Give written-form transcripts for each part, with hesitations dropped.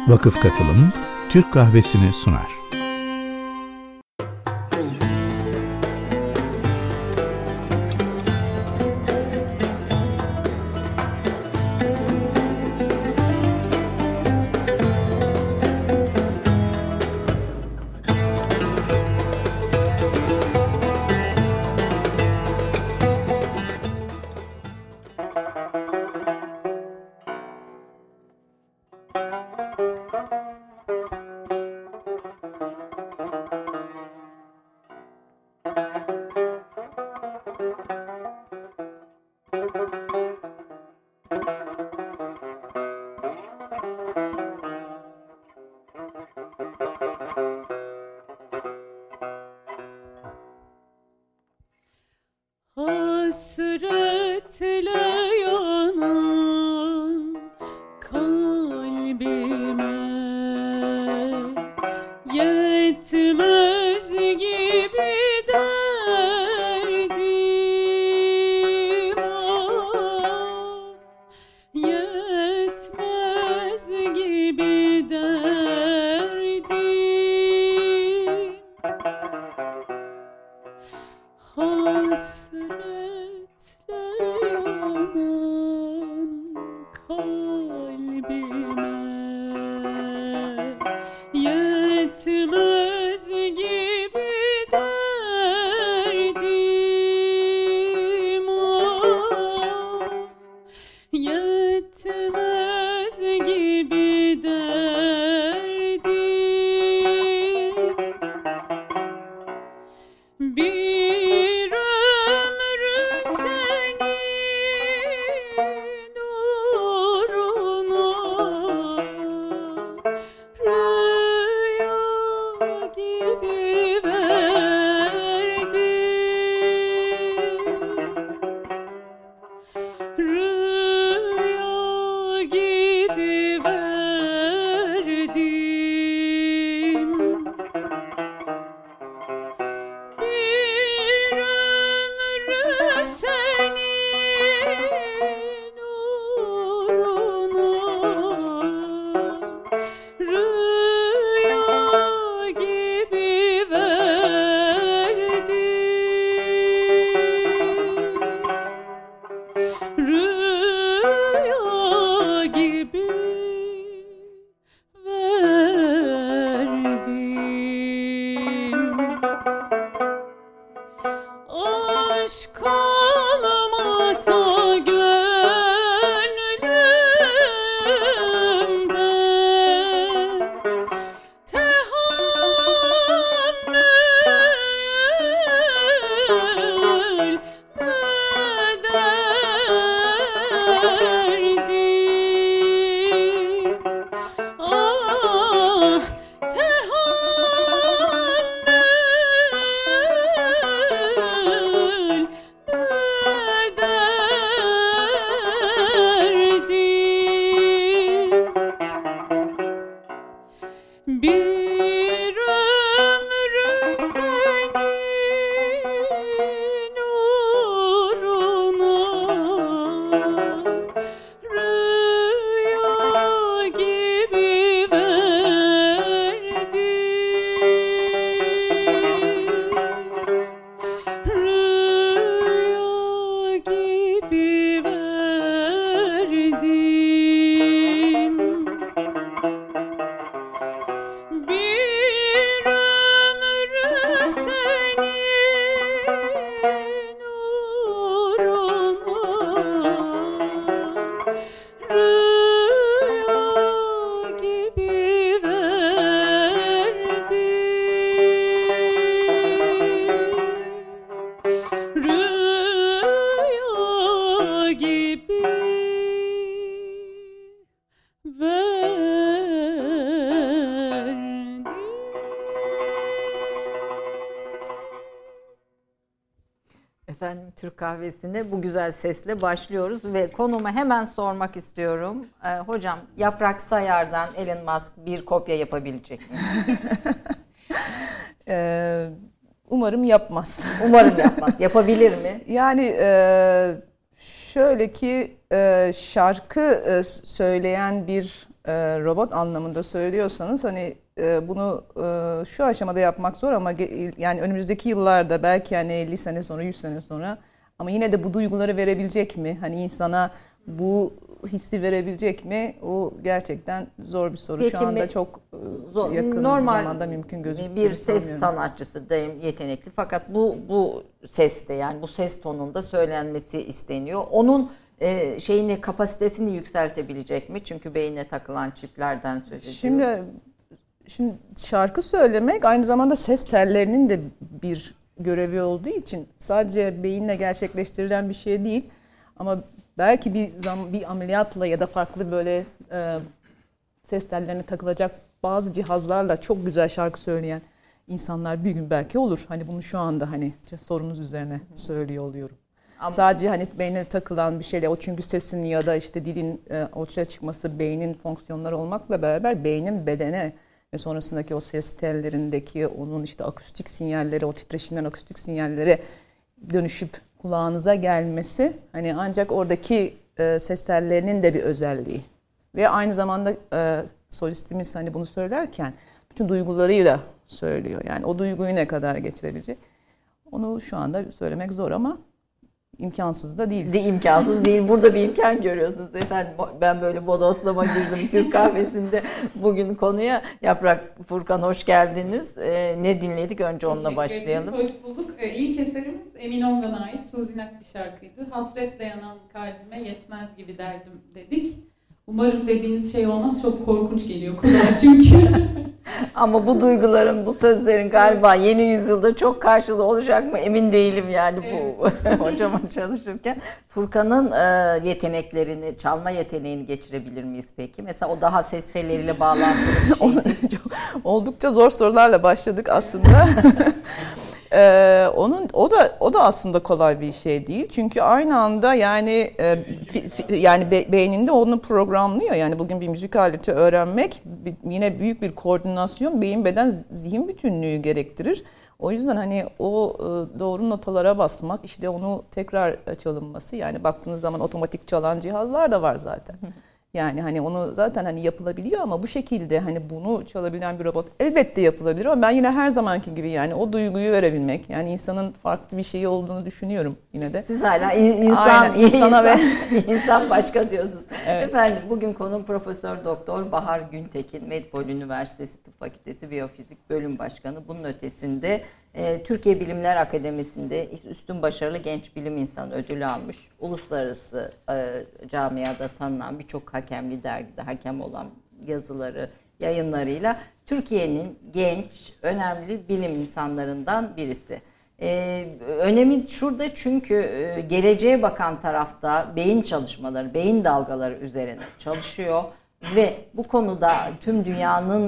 Vakıf Katılım Türk Kahvesi'ni sunar. Hasretle yanan kalbime yetmez gibi derdim, ah, yetmez gibi derdim. Hasretle yanan kalbime yetmez gibi derdim, ah, yetmez gibi derdim. Bir ömrü senin uğruna rüya gibi verdim, rüya gibi verdim. Bir ömrü senin uğruna rüya gibi verdim, rüya gibi verdim. Aşk olmasa gönlümde tehammül ederdim, ah, tehammül ederdim. Bir ömrü senin uğruna rüya gibi verdim, rüya gibi verdim. Bir ömrü senin uğruna rüya gibi verdim, rüya gibi verdim. Efendim, Türk Kahvesi'nde bu güzel sesle başlıyoruz ve konumu hemen sormak istiyorum. Hocam, Yaprak Sayar'dan Elon Musk bir kopya yapabilecek mi? Umarım yapmaz. Umarım yapmaz. Yapabilir mi? Yani şöyle ki şarkı söyleyen bir robot anlamında söylüyorsanız hani bunu şu aşamada yapmak zor ama yani önümüzdeki yıllarda belki hani 50 sene sonra 100 sene sonra ama yine de bu duyguları verebilecek mi? Hani insana bu hissi verebilecek mi? O gerçekten zor bir soru. Peki, şu anda çok yakın zamanda mümkün gözüküyor. Bir ses sanatçısı da yetenekli fakat bu seste yani bu ses tonunda söylenmesi isteniyor. Onun kapasitesini yükseltebilecek mi? Çünkü beyine takılan çiplerden söz ediyoruz. Şimdi şarkı söylemek aynı zamanda ses tellerinin de bir görevi olduğu için sadece beyinle gerçekleştirilen bir şey değil. Ama belki bir ameliyatla ya da farklı böyle ses tellerine takılacak bazı cihazlarla çok güzel şarkı söyleyen insanlar bir gün belki olur. Hani bunu şu anda hani sorunuz üzerine söylüyor oluyorum. Ama sadece hani beyne takılan bir şeyle o çünkü sesin ya da işte dilin ortaya çıkması beynin fonksiyonları olmakla beraber beynin bedene ve sonrasındaki o ses tellerindeki onun işte akustik sinyalleri, o titreşimden akustik sinyallere dönüşüp kulağınıza gelmesi hani ancak oradaki ses tellerinin de bir özelliği. Ve aynı zamanda solistimiz hani bunu söylerken bütün duygularıyla söylüyor. Yani o duyguyu ne kadar geçirebilecek? Onu şu anda söylemek zor ama imkansız da değil. İmkansız değil. Burada bir imkan görüyorsunuz efendim. Ben böyle bodoslama girdim Türk kahvesinde bugün konuya. Yaprak, Furkan hoş geldiniz. Ne dinledik? Önce onunla başlayalım. Hoş bulduk. İlk eserimiz Emin Ongan'a ait Suzinak bir şarkıydı. Hasretle yanan kalbime yetmez gibi derdim dedik. Umarım dediğiniz şey olmaz. Çok korkunç geliyor kulağa çünkü. Ama bu duyguların, bu sözlerin galiba yeni yüzyılda çok karşılığı olacak mı emin değilim yani bu hocama çalışırken. Furkan'ın yeteneklerini, çalma yeteneğini geçirebilir miyiz peki? Mesela o daha ses telleriyle bağlantılı bir şey. Oldukça zor sorularla başladık aslında. O da aslında kolay bir şey değil. Çünkü aynı anda yani beyninde onu programlıyor. Yani bugün bir müzik aleti öğrenmek yine büyük bir koordinasyon, beyin beden zihin bütünlüğü gerektirir. O yüzden hani o doğru notalara basmak, işte onu tekrar çalınması yani baktığınız zaman otomatik çalan cihazlar da var zaten. Yani hani onu zaten hani yapılabiliyor ama bu şekilde hani bunu çalabilen bir robot elbette yapılabilir ama ben yine her zamanki gibi yani o duyguyu verebilmek yani insanın farklı bir şeyi olduğunu düşünüyorum yine de. Siz hala insan başka diyorsunuz. Evet. Efendim bugün konuğum Profesör Doktor Bahar Güntekin, Medipol Üniversitesi Tıp Fakültesi Biyofizik Bölüm Başkanı. Bunun ötesinde Türkiye Bilimler Akademisi'nde üstün başarılı genç bilim insanı ödülü almış. Uluslararası camiada tanınan birçok hakemli dergide hakem olan yazıları, yayınlarıyla Türkiye'nin genç, önemli bilim insanlarından birisi. Önemi şurada çünkü geleceğe bakan tarafta beyin çalışmaları, beyin dalgaları üzerine çalışıyor. Ve bu konuda tüm dünyanın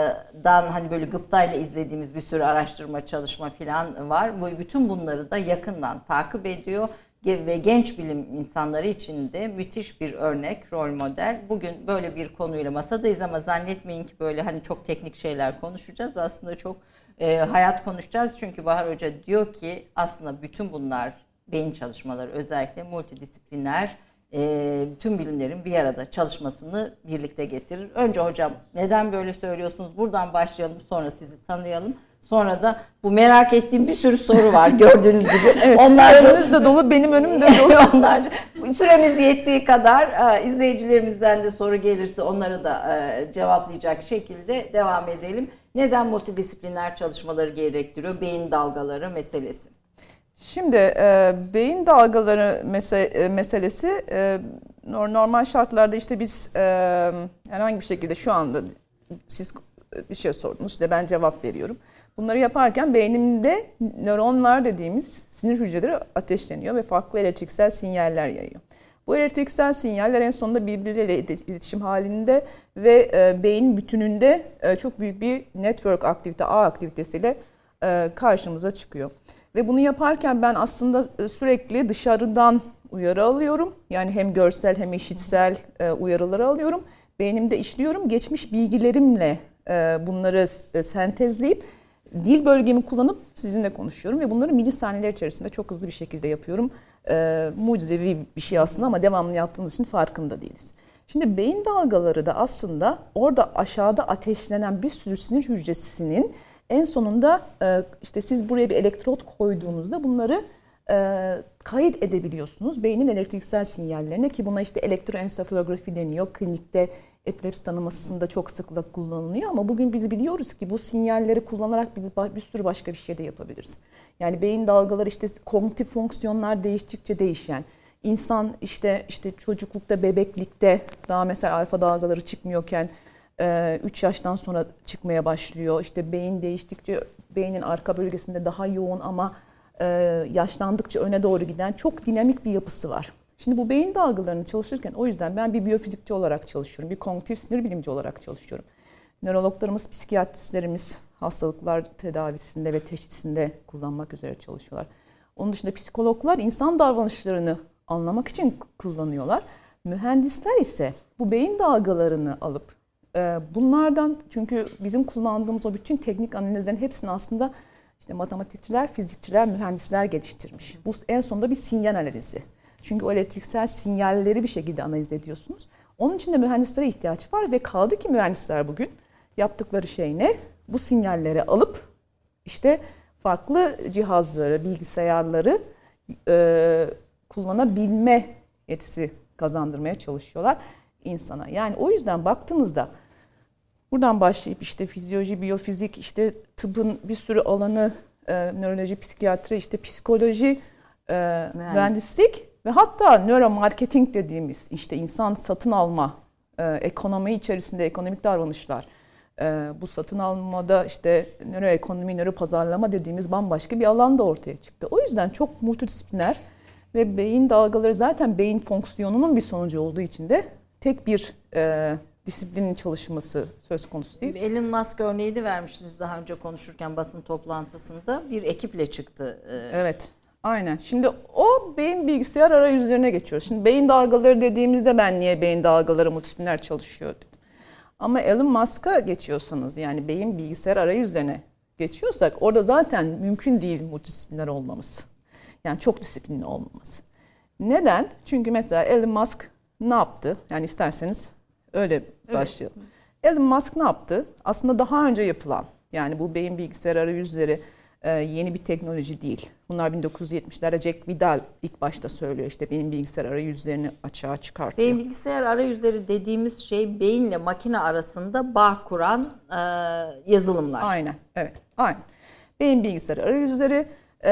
hani böyle gıptayla izlediğimiz bir sürü araştırma, çalışma falan var. Bütün bunları da yakından takip ediyor ve genç bilim insanları için de müthiş bir örnek, rol model. Bugün böyle bir konuyla masadayız ama zannetmeyin ki böyle hani çok teknik şeyler konuşacağız. Aslında çok hayat konuşacağız. Çünkü Bahar Hoca diyor ki aslında bütün bunlar beyin çalışmaları özellikle multidisipliner tüm bilimlerin bir arada çalışmasını birlikte getirir. Önce hocam neden böyle söylüyorsunuz? Buradan başlayalım, sonra sizi tanıyalım. Sonra da bu merak ettiğim bir sürü soru var gördüğünüz gibi. Evet, onlar önünüz de dolu, benim önüm de dolu. Onlar süremiz yettiği kadar izleyicilerimizden de soru gelirse onları da cevaplayacak şekilde devam edelim. Neden multidisipliner çalışmaları gerektiriyor? Beyin dalgaları meselesi. Şimdi beyin dalgaları meselesi normal şartlarda işte biz herhangi bir şekilde şu anda siz bir şey sordunuz işte ben cevap veriyorum. Bunları yaparken beynimde nöronlar dediğimiz sinir hücreleri ateşleniyor ve farklı elektriksel sinyaller yayıyor. Bu elektriksel sinyaller en sonunda birbirleriyle iletişim halinde ve beyin bütününde çok büyük bir network aktivite, ağ aktivitesiyle karşımıza çıkıyor. Ve bunu yaparken ben aslında sürekli dışarıdan uyarı alıyorum. Yani hem görsel hem işitsel uyarıları alıyorum. Beynimde işliyorum. Geçmiş bilgilerimle bunları sentezleyip dil bölgemi kullanıp sizinle konuşuyorum. Ve bunları milisaniyeler içerisinde çok hızlı bir şekilde yapıyorum. Mucizevi bir şey aslında ama devamlı yaptığımız için farkında değiliz. Şimdi beyin dalgaları da aslında orada aşağıda ateşlenen bir sürü sinir hücresinin en sonunda işte siz buraya bir elektrot koyduğunuzda bunları kayıt edebiliyorsunuz. Beynin elektriksel sinyallerine, ki buna işte elektroensefalografi deniyor. Klinikte epilepsi tanımasında çok sıklıkla kullanılıyor ama bugün biz biliyoruz ki bu sinyalleri kullanarak biz bir sürü başka bir şey de yapabiliriz. Yani beyin dalgaları işte kognitif fonksiyonlar değiştikçe değişen. İnsan işte çocuklukta, bebeklikte daha mesela alfa dalgaları çıkmıyorken 3 yaştan sonra çıkmaya başlıyor. İşte beyin değiştikçe beynin arka bölgesinde daha yoğun ama yaşlandıkça öne doğru giden çok dinamik bir yapısı var. Şimdi bu beyin dalgalarını çalışırken o yüzden ben bir biyofizikçi olarak çalışıyorum. Bir kognitif sinir bilimci olarak çalışıyorum. Nörologlarımız, psikiyatristlerimiz hastalıklar tedavisinde ve teşhisinde kullanmak üzere çalışıyorlar. Onun dışında psikologlar insan davranışlarını anlamak için kullanıyorlar. Mühendisler ise bu beyin dalgalarını alıp bunlardan, çünkü bizim kullandığımız o bütün teknik analizlerin hepsini aslında işte matematikçiler, fizikçiler, mühendisler geliştirmiş. Bu en sonunda bir sinyal analizi. Çünkü o elektriksel sinyalleri bir şekilde analiz ediyorsunuz. Onun için de mühendislere ihtiyaç var ve kaldı ki mühendisler bugün yaptıkları şey ne? Bu sinyalleri alıp işte farklı cihazları, bilgisayarları kullanabilme yetisi kazandırmaya çalışıyorlar insana. Yani o yüzden baktığınızda buradan başlayıp işte fizyoloji, biyofizik, işte tıbbın bir sürü alanı, nöroloji, psikiyatri, işte psikoloji, mühendislik ve hatta nöromarketing dediğimiz işte insan satın alma, ekonomi içerisinde ekonomik davranışlar, bu satın almada işte nöroekonomi, nöropazarlama dediğimiz bambaşka bir alan da ortaya çıktı. O yüzden çok multidisipliner ve beyin dalgaları zaten beyin fonksiyonunun bir sonucu olduğu için de tek bir disiplinin çalışması söz konusu değil. Elon Musk örneği de vermiştiniz daha önce konuşurken basın toplantısında. Bir ekiple çıktı. Evet, aynen. Şimdi o beyin bilgisayar arayüzlerine geçiyoruz. Şimdi beyin dalgaları dediğimizde ben niye beyin dalgaları multidisipliner çalışıyor dedim. Ama Elon Musk'a geçiyorsanız, yani beyin bilgisayar arayüzlerine geçiyorsak orada zaten mümkün değil multidisipliner olmamız. Yani çok disiplinli olmamız. Neden? Çünkü mesela Elon Musk ne yaptı? Yani isterseniz öyle başlayalım. Evet. Elon Musk ne yaptı? Aslında daha önce yapılan, yani bu beyin bilgisayar arayüzleri yeni bir teknoloji değil. Bunlar 1970'lerde Jack Vidal ilk başta söylüyor, işte beyin bilgisayar arayüzlerini açığa çıkartıyor. Beyin bilgisayar arayüzleri dediğimiz şey beyinle makine arasında bağ kuran yazılımlar. Aynen, evet, aynen. Beyin bilgisayar arayüzleri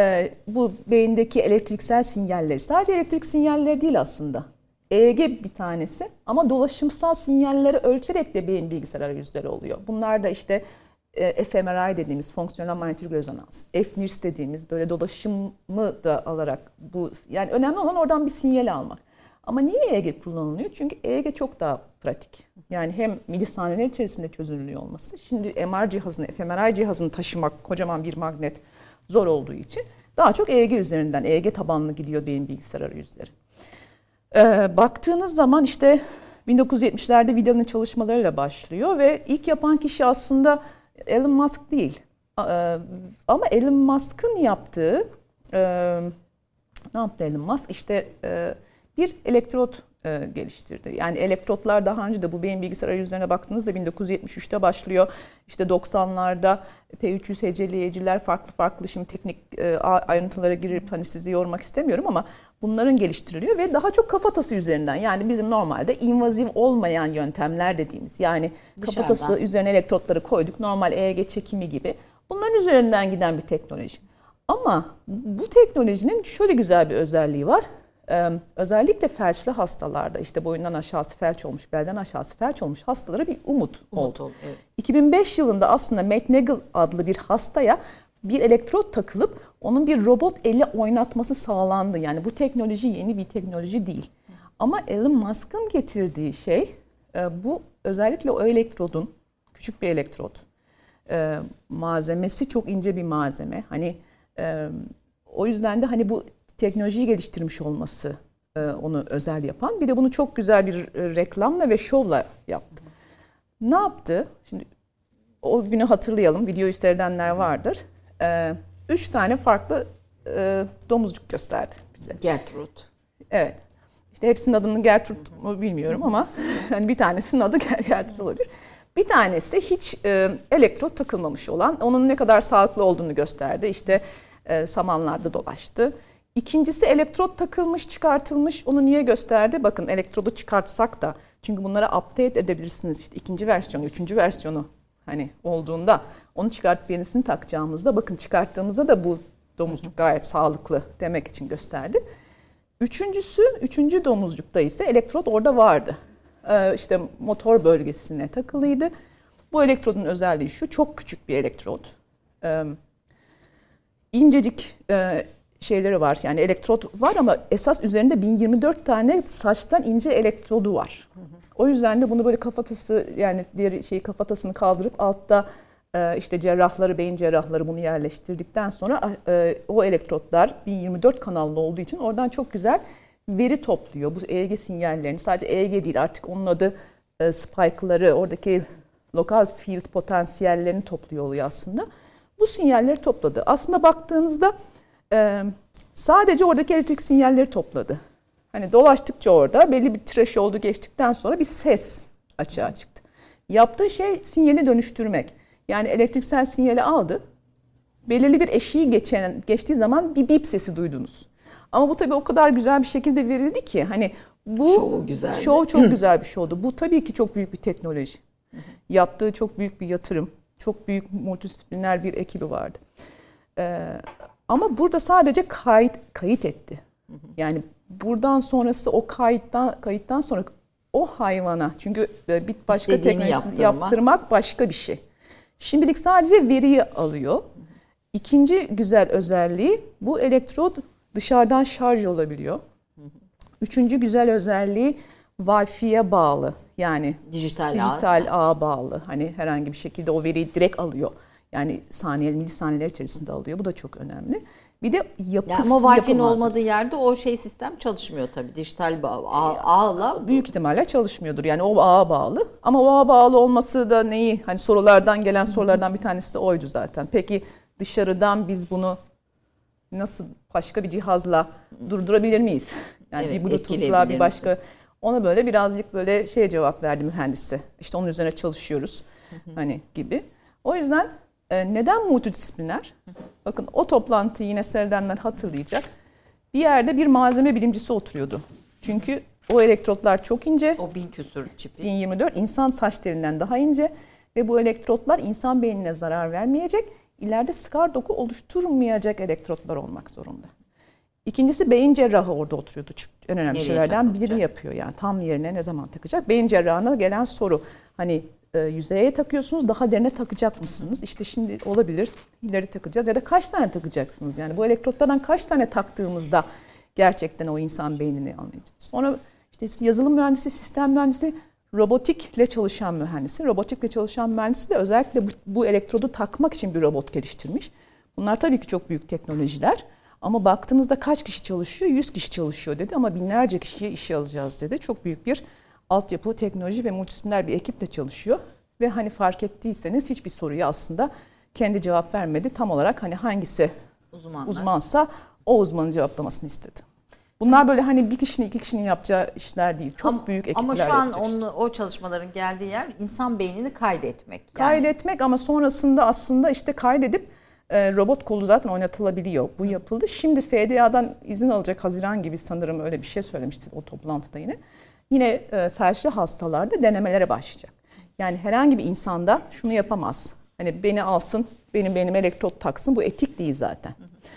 bu beyindeki elektriksel sinyalleri, sadece elektrik sinyalleri değil aslında. EEG bir tanesi ama dolaşımsal sinyalleri ölçerek de beyin bilgisayar arayüzleri oluyor. Bunlar da işte fMRI dediğimiz fonksiyonel manyetik rezonans, fNIRS dediğimiz böyle dolaşımı da alarak bu, yani önemli olan oradan bir sinyal almak. Ama niye EEG kullanılıyor? Çünkü EEG çok daha pratik. Yani hem milisaniyeler içerisinde çözünürlüğü olması. Şimdi MR cihazını, fMRI cihazını taşımak, kocaman bir magnet zor olduğu için daha çok EEG üzerinden, EEG tabanlı gidiyor beyin bilgisayar arayüzleri. Baktığınız zaman işte 1970'lerde Vidal'ın çalışmalarıyla başlıyor ve ilk yapan kişi aslında Elon Musk değil. Ama Elon Musk'ın yaptığı, ne yaptı Elon Musk? İşte bir elektrot geliştirdi. Yani elektrotlar daha önce de bu beyin bilgisayar arayüzlerine baktığınızda 1973'te başlıyor. İşte 90'larda P300 heceleyiciler farklı şimdi teknik ayrıntılara girip hani sizi yormak istemiyorum ama bunların geliştiriliyor ve daha çok kafatası üzerinden, yani bizim normalde invaziv olmayan yöntemler dediğimiz, yani kafatası üzerine elektrotları koyduk, normal EEG çekimi gibi bunların üzerinden giden bir teknoloji. Ama bu teknolojinin şöyle güzel bir özelliği var. Özellikle felçli hastalarda, işte boyundan aşağısı felç olmuş, belden aşağısı felç olmuş hastalara bir umut oldu. Evet. 2005 yılında aslında Matt Nagel adlı bir hastaya bir elektrot takılıp onun bir robot eli oynatması sağlandı. Yani bu teknoloji yeni bir teknoloji değil. Ama Elon Musk'ın getirdiği şey bu, özellikle o elektrodun, küçük bir elektrot, malzemesi çok ince bir malzeme. Hani o yüzden de hani bu teknolojiyi geliştirmiş olması onu özel yapan. Bir de bunu çok güzel bir reklamla ve şovla yaptı. Ne yaptı? Şimdi o günü hatırlayalım. Videoyu seyredenler vardır. 3 tane farklı domuzcuk gösterdi bize. Gertrude. Evet. İşte hepsinin adını Gertrude mu bilmiyorum ama hani bir tanesinin adı Gertrude olabilir. Bir tanesi hiç elektrot takılmamış olan, onun ne kadar sağlıklı olduğunu gösterdi. İşte samanlarda dolaştı. İkincisi elektrot takılmış, çıkartılmış. Onu niye gösterdi? Bakın elektrodu çıkartsak da, çünkü bunlara update edebilirsiniz. İşte ikinci versiyonu, üçüncü versiyonu hani olduğunda onu çıkartıp yenisini takacağımızda, bakın çıkarttığımızda da bu domuzcuk gayet sağlıklı demek için gösterdi. Üçüncü domuzcukta ise elektrot orada vardı. İşte motor bölgesine takılıydı. Bu elektrodun özelliği şu, çok küçük bir elektrot. İncecik şeyleri var, yani elektrot var ama esas üzerinde 1024 tane saçtan ince elektrodu var. O yüzden de bunu böyle kafatası, yani diğer kafatasını kaldırıp altta işte cerrahları, beyin cerrahları bunu yerleştirdikten sonra o elektrotlar 1024 kanallı olduğu için oradan çok güzel veri topluyor. Bu EEG sinyallerini, sadece EEG değil artık onun adı spike'ları, oradaki lokal field potansiyellerini topluyor oluyor aslında. Bu sinyalleri topladı. Aslında baktığınızda sadece oradaki elektrik sinyalleri topladı. Hani dolaştıkça orada belli bir threshold'u geçtikten sonra bir ses açığa çıktı. Yaptığı şey sinyali dönüştürmek. Yani elektriksel sinyali aldı. Belirli bir eşiği geçtiği zaman bir bip sesi duydunuz. Ama bu tabii o kadar güzel bir şekilde verildi ki hani bu şov çok güzel bir şovdu. Bu tabii ki çok büyük bir teknoloji. Yaptığı çok büyük bir yatırım. Çok büyük multidisipliner bir ekibi vardı. Ama burada sadece kayıt etti. Yani buradan sonrası o kayıttan sonra o hayvana, çünkü bir başka teknolojisini yaptırmak başka bir şey. Şimdilik sadece veriyi alıyor. İkinci güzel özelliği, bu elektrod dışarıdan şarj olabiliyor. Üçüncü güzel özelliği Wi-Fi'ye bağlı. Yani dijital ağa bağlı. Hani herhangi bir şekilde o veriyi direkt alıyor. Yani milisaniyeler içerisinde alıyor. Bu da çok önemli. Bir de yapısı, ama Wi-Fi'nin olmadığı yerde o sistem çalışmıyor tabii. Dijital ağla büyük ihtimalle çalışmıyordur. Yani o ağa bağlı. Ama o ağa bağlı olması da neyi? Hani sorulardan gelen sorulardan bir tanesi de oydu zaten. Peki dışarıdan biz bunu nasıl başka bir cihazla durdurabilir miyiz? Yani bir Bluetooth'la bir başka. Ona böyle birazcık böyle cevap verdi mühendisi. İşte onun üzerine çalışıyoruz hani gibi. O yüzden neden multidisipliner? Bakın o toplantıyı yine seyredenler hatırlayacak. Bir yerde bir malzeme bilimcisi oturuyordu. Çünkü o elektrotlar çok ince. O 1000 küsur çipi. 1024 insan saç telinden daha ince. Ve bu elektrotlar insan beynine zarar vermeyecek, ileride skar doku oluşturmayacak elektrotlar olmak zorunda. İkincisi beyin cerrahı orada oturuyordu. En önemli şeylerden birini yapıyor. Yani tam yerine ne zaman takacak? Beyin cerrahına gelen soru. Hani yüzeye takıyorsunuz, daha derine takacak mısınız? İşte şimdi olabilir, ileri takacağız ya da kaç tane takacaksınız? Yani bu elektrotlardan kaç tane taktığımızda gerçekten o insan beynini anlayacağız. Sonra işte yazılım mühendisi, sistem mühendisi, robotikle çalışan mühendisi. Robotikle çalışan mühendisi de özellikle bu elektrodu takmak için bir robot geliştirmiş. Bunlar tabii ki çok büyük teknolojiler. Ama baktığınızda kaç kişi çalışıyor? 100 kişi çalışıyor dedi ama binlerce kişiye işe alacağız dedi. Çok büyük bir altyapı, teknoloji ve multidisipliner bir ekiple çalışıyor. Ve hani fark ettiyseniz hiçbir soruya aslında kendi cevap vermedi. Tam olarak hani hangisi uzmansa o uzmanın cevaplamasını istedi. Bunlar böyle hani bir kişinin, iki kişinin yapacağı işler değil. Çok büyük ekipler yapacak. Ama şu an o çalışmaların geldiği yer insan beynini kaydetmek. Yani. Kaydetmek ama sonrasında aslında işte kaydedip robot kolu zaten oynatılabiliyor. Bu yapıldı. Şimdi FDA'dan izin alacak, Haziran gibi sanırım öyle bir şey söylemişti o toplantıda yine. Yine felçli hastalarda denemelere başlayacak. Yani herhangi bir insanda şunu yapamaz. Hani beni alsın, benim elektrot taksın. Bu etik değil zaten.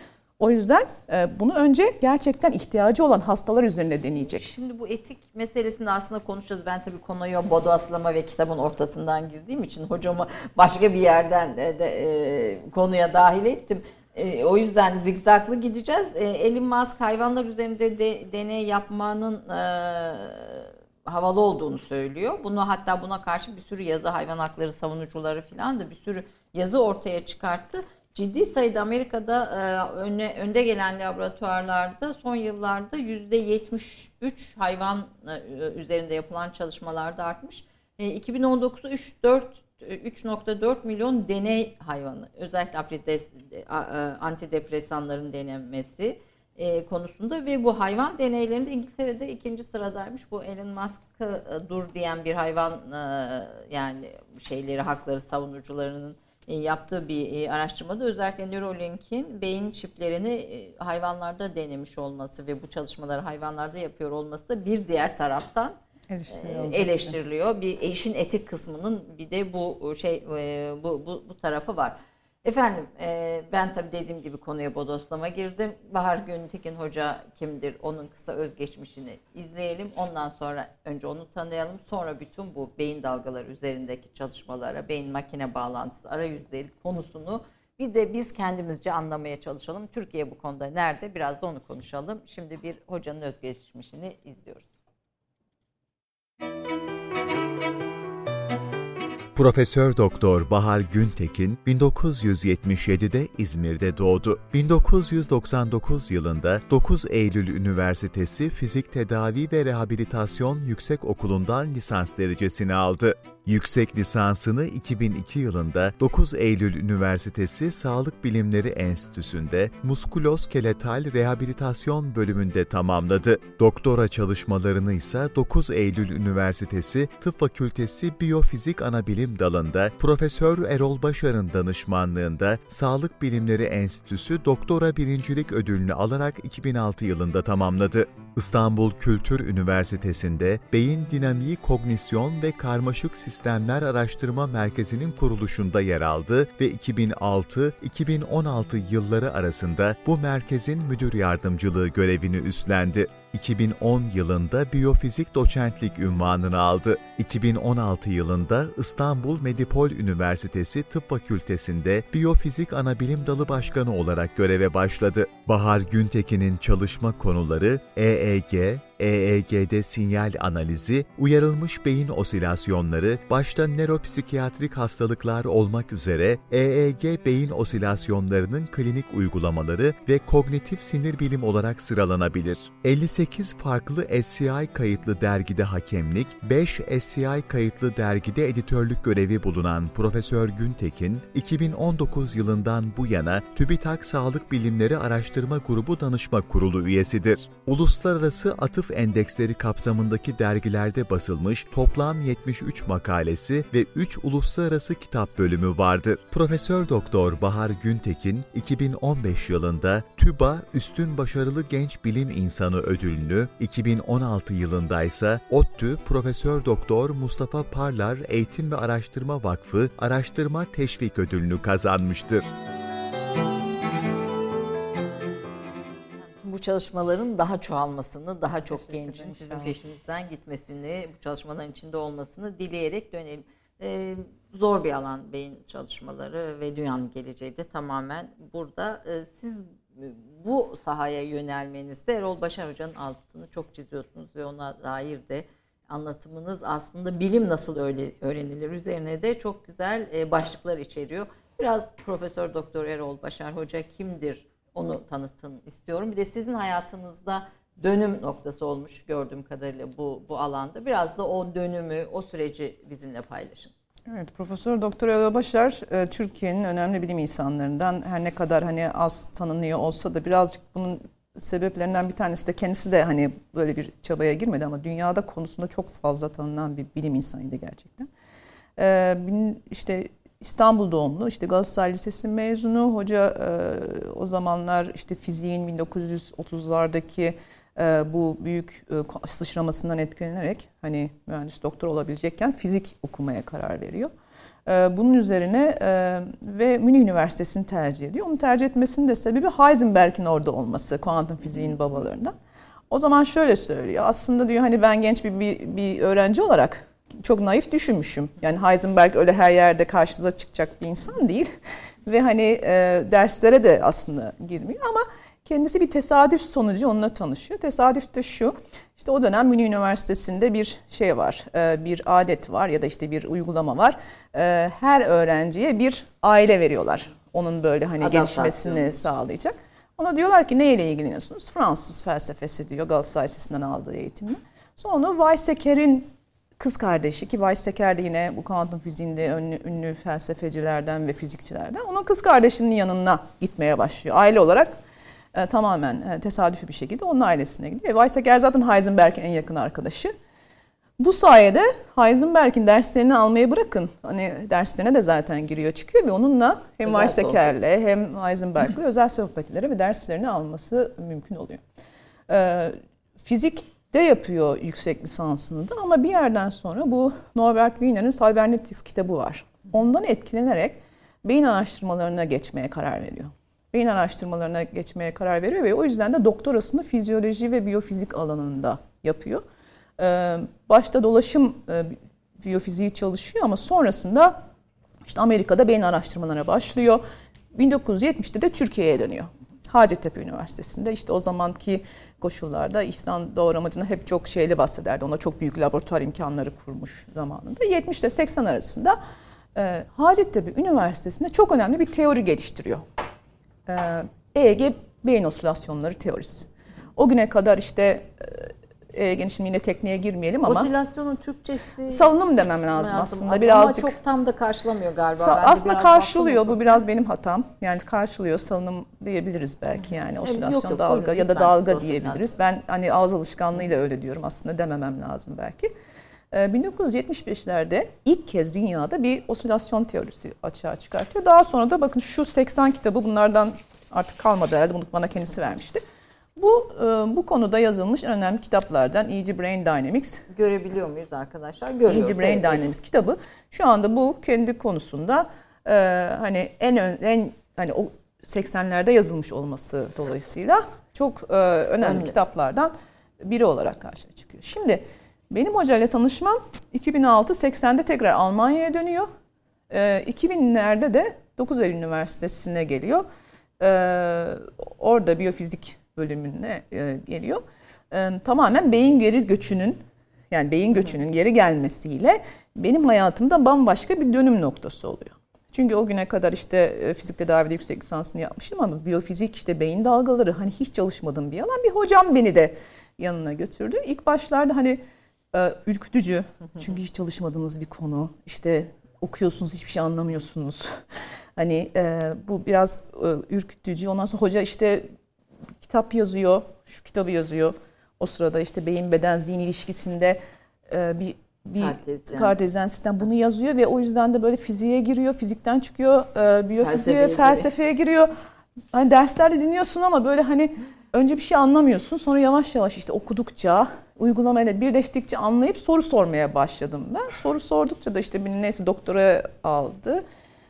O yüzden bunu önce gerçekten ihtiyacı olan hastalar üzerinde deneyecek. Şimdi bu etik meselesini aslında konuşacağız. Ben tabii konuyu bodoslama ve kitabın ortasından girdiğim için hocamı başka bir yerden konuya dahil ettim. O yüzden zigzaglı gideceğiz. Elon Musk hayvanlar üzerinde deney yapmanın havalı olduğunu söylüyor. Hatta buna karşı bir sürü yazı, hayvan hakları savunucuları falan da bir sürü yazı ortaya çıkarttı. Ciddi sayıda Amerika'da önde gelen laboratuvarlarda son yıllarda %73 hayvan üzerinde yapılan çalışmalarda artmış. 2019'da 3.4 milyon deney hayvanı, özellikle antidepresanların denemesi konusunda ve bu hayvan deneylerinde İngiltere'de 2. sıradaymış. Bu Elon Musk'ı dur diyen bir hayvan yani hakları savunucularının yaptığı bir araştırmada özellikle Neuralink'in beyin çiplerini hayvanlarda denemiş olması ve bu çalışmaları hayvanlarda yapıyor olması bir diğer taraftan eleştiriliyor. Bir işin etik kısmının bir de bu tarafı var. Efendim ben tabii dediğim gibi konuya bodoslama girdim. Bahar Güntekin Hoca kimdir? Onun kısa özgeçmişini izleyelim. Ondan sonra önce onu tanıyalım. Sonra bütün bu beyin dalgaları üzerindeki çalışmalara, beyin makine bağlantısı, arayüzleri konusunu bir de biz kendimizce anlamaya çalışalım. Türkiye bu konuda nerede? Biraz da onu konuşalım. Şimdi bir hocanın özgeçmişini izliyoruz. Profesör Doktor Bahar Güntekin 1977'de İzmir'de doğdu. 1999 yılında 9 Eylül Üniversitesi Fizik Tedavi ve Rehabilitasyon Yüksekokulu'ndan lisans derecesini aldı. Yüksek lisansını 2002 yılında 9 Eylül Üniversitesi Sağlık Bilimleri Enstitüsü'nde Muskuloskeletal Rehabilitasyon bölümünde tamamladı. Doktora çalışmalarını ise 9 Eylül Üniversitesi Tıp Fakültesi Biyofizik Anabilim Dalı'nda Profesör Erol Başar'ın danışmanlığında Sağlık Bilimleri Enstitüsü Doktora Birincilik Ödülünü alarak 2006 yılında tamamladı. İstanbul Kültür Üniversitesi'nde Beyin Dinamiği Kognisyon ve Karmaşık Sistemler Araştırma Merkezi'nin kuruluşunda yer aldı ve 2006-2016 yılları arasında bu merkezin müdür yardımcılığı görevini üstlendi. 2010 yılında biyofizik doçentlik unvanını aldı. 2016 yılında İstanbul Medipol Üniversitesi Tıp Fakültesi'nde Biyofizik Anabilim Dalı Başkanı olarak göreve başladı. Bahar Güntekin'in çalışma konuları EEG, EEG'de sinyal analizi, uyarılmış beyin osilasyonları, başta nöropsikiyatrik hastalıklar olmak üzere EEG beyin osilasyonlarının klinik uygulamaları ve kognitif sinir bilim olarak sıralanabilir. 58 farklı SCI kayıtlı dergide hakemlik, 5 SCI kayıtlı dergide editörlük görevi bulunan Profesör Güntekin, 2019 yılından bu yana TÜBİTAK Sağlık Bilimleri Araştırma Grubu Danışma Kurulu üyesidir. Uluslararası Atıf Endeksleri kapsamındaki dergilerde basılmış toplam 73 makalesi ve 3 uluslararası kitap bölümü vardır. Profesör Doktor Bahar Güntekin, 2015 yılında TÜBA Üstün Başarılı Genç Bilim İnsanı ödülünü, 2016 yılında ise ODTÜ Profesör Doktor Mustafa Parlar Eğitim ve Araştırma Vakfı Araştırma Teşvik Ödülünü kazanmıştır. Bu çalışmaların daha çoğalmasını, daha çok gencin sizin peşinizden gitmesini, bu çalışmaların içinde olmasını dileyerek dönelim. Zor bir alan beyin çalışmaları ve dünyanın geleceği de tamamen burada. Siz bu sahaya yönelmenizde Erol Başar Hoca'nın altını çok çiziyorsunuz ve ona dair de anlatımınız aslında bilim nasıl öğrenilir üzerine de çok güzel başlıklar içeriyor. Biraz Profesör Doktor Erol Başar Hoca kimdir? Onu tanıtın istiyorum. Bir de sizin hayatınızda dönüm noktası olmuş gördüğüm kadarıyla bu alanda. Biraz da o dönümü, o süreci bizimle paylaşın. Evet, Profesör Doktor Erol Başar Türkiye'nin önemli bilim insanlarından, her ne kadar az tanınıyor olsa da birazcık bunun sebeplerinden bir tanesi de kendisi de böyle bir çabaya girmedi ama dünyada konusunda çok fazla tanınan bir bilim insanıydı gerçekten. İstanbul doğumlu, Galatasaray Lisesi mezunu. Hoca o zamanlar fiziğin 1930'lardaki bu büyük sıçramasından etkilenerek mühendis doktor olabilecekken fizik okumaya karar veriyor. Bunun üzerine ve Münih Üniversitesi'ni tercih ediyor. Onu tercih etmesinin de sebebi Heisenberg'in orada olması, kuantum fiziğin babalarından. O zaman şöyle söylüyor. Aslında diyor ben genç bir öğrenci olarak çok naif düşünmüşüm. Yani Heisenberg öyle her yerde karşınıza çıkacak bir insan değil. Ve derslere de aslında girmiyor ama kendisi bir tesadüf sonucu onunla tanışıyor. Tesadüf de şu, o dönem Münih Üniversitesi'nde bir şey var, bir adet var ya da bir uygulama var. Her öğrenciye bir aile veriyorlar. Onun böyle gelişmesini sağlayacak. Ona diyorlar ki neyle ilgileniyorsunuz? Fransız felsefesi diyor, Galatasaray Lisesi'nden aldığı eğitimle. Sonra onu Weizsäcker'in kız kardeşi, ki Weizsäcker de yine bu kuantum fiziğinde ünlü felsefecilerden ve fizikçilerden, onun kız kardeşinin yanına gitmeye başlıyor aile olarak. Tamamen tesadüfi bir şekilde onun ailesine gidiyor. Weizsäcker zaten Heisenberg'in en yakın arkadaşı. Bu sayede Heisenberg'in derslerini almayı bırakın. Hani derslerine de zaten giriyor çıkıyor ve onunla hem Weizsäcker'le hem Heisenberg'le özel sohbetlere ve derslerini alması mümkün oluyor. Fizikte yapıyor yüksek lisansını da ama bir yerden sonra bu Norbert Wiener'in Cybernetics kitabı var. Ondan etkilenerek beyin araştırmalarına geçmeye karar veriyor. Beyin araştırmalarına geçmeye karar veriyor ve o yüzden de doktorasını fizyoloji ve biyofizik alanında yapıyor. Başta dolaşım biyofiziği çalışıyor ama sonrasında işte Amerika'da beyin araştırmalarına başlıyor. 1970'te de Türkiye'ye dönüyor. Hacettepe Üniversitesi'nde işte o zamanki koşullarda İhsan Doğramacı'na hep çok şeyle bahsederdi. Ona çok büyük laboratuvar imkanları kurmuş zamanında. 70 ile 80 arasında Hacettepe Üniversitesi'nde çok önemli bir teori geliştiriyor. EEG beyin osilasyonları teorisi. O güne kadar işte şimdi yine tekniğe girmeyelim ama osilasyonun Türkçesi salınım demem lazım aslında birazcık. Ama çok tam da karşılamıyor galiba. Aslında karşılıyor. Bu biraz benim hatam. Yani karşılıyor, salınım diyebiliriz belki yani osilasyon, dalga ya da dalga diyebiliriz. Ben hani ağız alışkanlığıyla öyle diyorum aslında dememem lazım belki. 1975'lerde ilk kez dünyada bir osilasyon teorisi açığa çıkartıyor. Daha sonra da bakın şu 80 kitabı bunlardan artık kalmadı herhalde. Bunu bana kendisi vermişti. Bu konuda yazılmış en önemli kitaplardan E.G. Brain Dynamics. Görebiliyor muyuz arkadaşlar? Görüyoruz. E.G. Brain Dynamics kitabı. Şu anda bu kendi konusunda hani en hani o 80'lerde yazılmış olması dolayısıyla çok önemli kitaplardan biri olarak karşıya çıkıyor. Şimdi benim hocayla tanışmam 2006-80'de tekrar Almanya'ya dönüyor. 2000'lerde de 9 Eylül Üniversitesi'ne geliyor. Orada biyofizik bölümüne geliyor. Tamamen beyin göçünün geri gelmesiyle benim hayatımda bambaşka bir dönüm noktası oluyor. Çünkü o güne kadar işte fizik tedavide yüksek lisansını yapmışım ama biyofizik işte beyin dalgaları hani hiç çalışmadığım bir alan. Bir hocam beni de yanına götürdü. İlk başlarda hani ürkütücü çünkü hiç çalışmadığınız bir konu. İşte okuyorsunuz hiçbir şey anlamıyorsunuz. Hani bu biraz ürkütücü. Ondan sonra hoca işte kitap yazıyor, şu kitabı yazıyor. O sırada işte beyin beden zihin ilişkisinde bir kartezyen sistem bunu yazıyor ve o yüzden de böyle fiziğe giriyor, fizikten çıkıyor, biyofiziğe, felsefeye giriyor. Hani derslerde dinliyorsun ama böyle hani önce bir şey anlamıyorsun. Sonra yavaş yavaş işte okudukça, uygulamayla birleştikçe anlayıp soru sormaya başladım ben. Soru sordukça da işte beni neyse doktora aldı.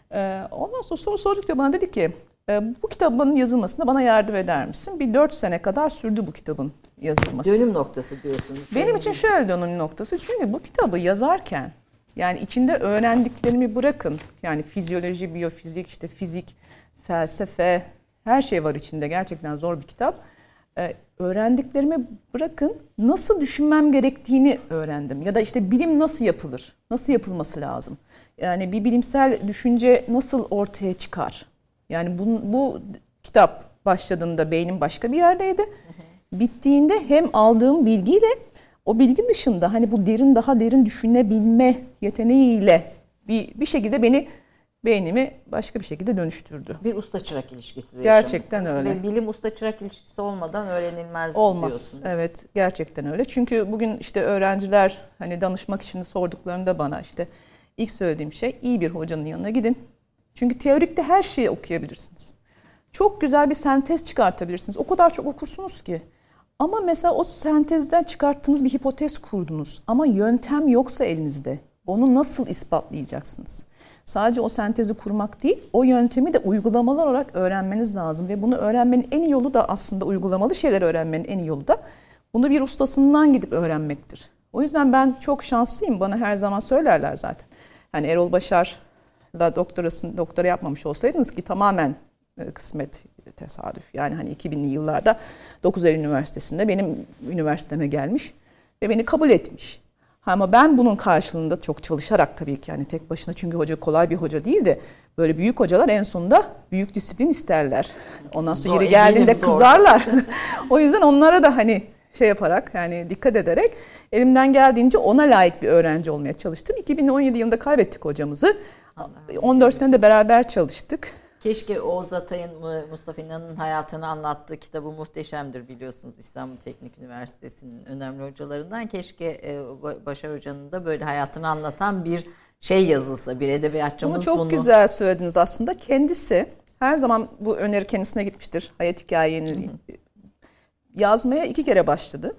Ondan sonra soru sordukça bana dedi ki bu kitabın yazılmasında bana yardım eder misin? Bir 4 sene kadar sürdü bu kitabın yazılması. Dönüm noktası diyorsunuz. Benim için şöyle dönüm noktası. Çünkü bu kitabı yazarken yani içinde öğrendiklerimi bırakın. Yani fizyoloji, biyofizik, işte fizik, felsefe her şey var içinde. Gerçekten zor bir kitap. Öğrendiklerimi bırakın nasıl düşünmem gerektiğini öğrendim. Ya da işte bilim nasıl yapılır? Nasıl yapılması lazım? Yani bir bilimsel düşünce nasıl ortaya çıkar? Yani bu kitap başladığında beynim başka bir yerdeydi. Bittiğinde hem aldığım bilgiyle o bilgi dışında hani bu daha derin düşünebilme yeteneğiyle bir şekilde beynimi başka bir şekilde dönüştürdü. Bir usta-çırak ilişkisi. Gerçekten öyle. Ve bilim usta-çırak ilişkisi olmadan öğrenilmez olmaz diyorsunuz. Evet, gerçekten öyle. Çünkü bugün işte öğrenciler hani danışmak için sorduklarında bana işte ilk söylediğim şey iyi bir hocanın yanına gidin. Çünkü teorikte her şeyi okuyabilirsiniz. Çok güzel bir sentez çıkartabilirsiniz. O kadar çok okursunuz ki. Ama mesela o sentezden çıkarttığınız bir hipotez kurdunuz. Ama yöntem yoksa elinizde. Onu nasıl ispatlayacaksınız? Sadece o sentezi kurmak değil, o yöntemi de uygulamalar olarak öğrenmeniz lazım. Ve bunu öğrenmenin en iyi yolu da aslında uygulamalı şeyler öğrenmenin en iyi yolu da bunu bir ustasından gidip öğrenmektir. O yüzden ben çok şanslıyım. Bana her zaman söylerler zaten. Hani Erol Başar'la doktora yapmamış olsaydınız ki tamamen kısmet, tesadüf. Yani hani 2000'li yıllarda 9 Eylül Üniversitesi'nde benim üniversiteme gelmiş ve beni kabul etmiş. Ama ben bunun karşılığında çok çalışarak tabii ki yani tek başına çünkü hoca kolay bir hoca değil de böyle büyük hocalar en sonunda büyük disiplin isterler. Ondan sonra yeri geldiğinde kızarlar. O yüzden onlara da hani şey yaparak yani dikkat ederek elimden geldiğince ona layık bir öğrenci olmaya çalıştım. 2017 yılında kaybettik hocamızı. 14 sene de beraber çalıştık. Keşke Oğuz Atay'ın Mustafa İnan'ın hayatını anlattığı kitabı muhteşemdir, biliyorsunuz. İstanbul Teknik Üniversitesi'nin önemli hocalarından. Keşke Başar Hoca'nın da böyle hayatını anlatan bir şey yazılsa, bir edebiyatçımız bunu. Çok güzel söylediniz aslında. Kendisi her zaman bu öneri kendisine gitmiştir. Hayat hikayeni yazmaya 2 kere başladı.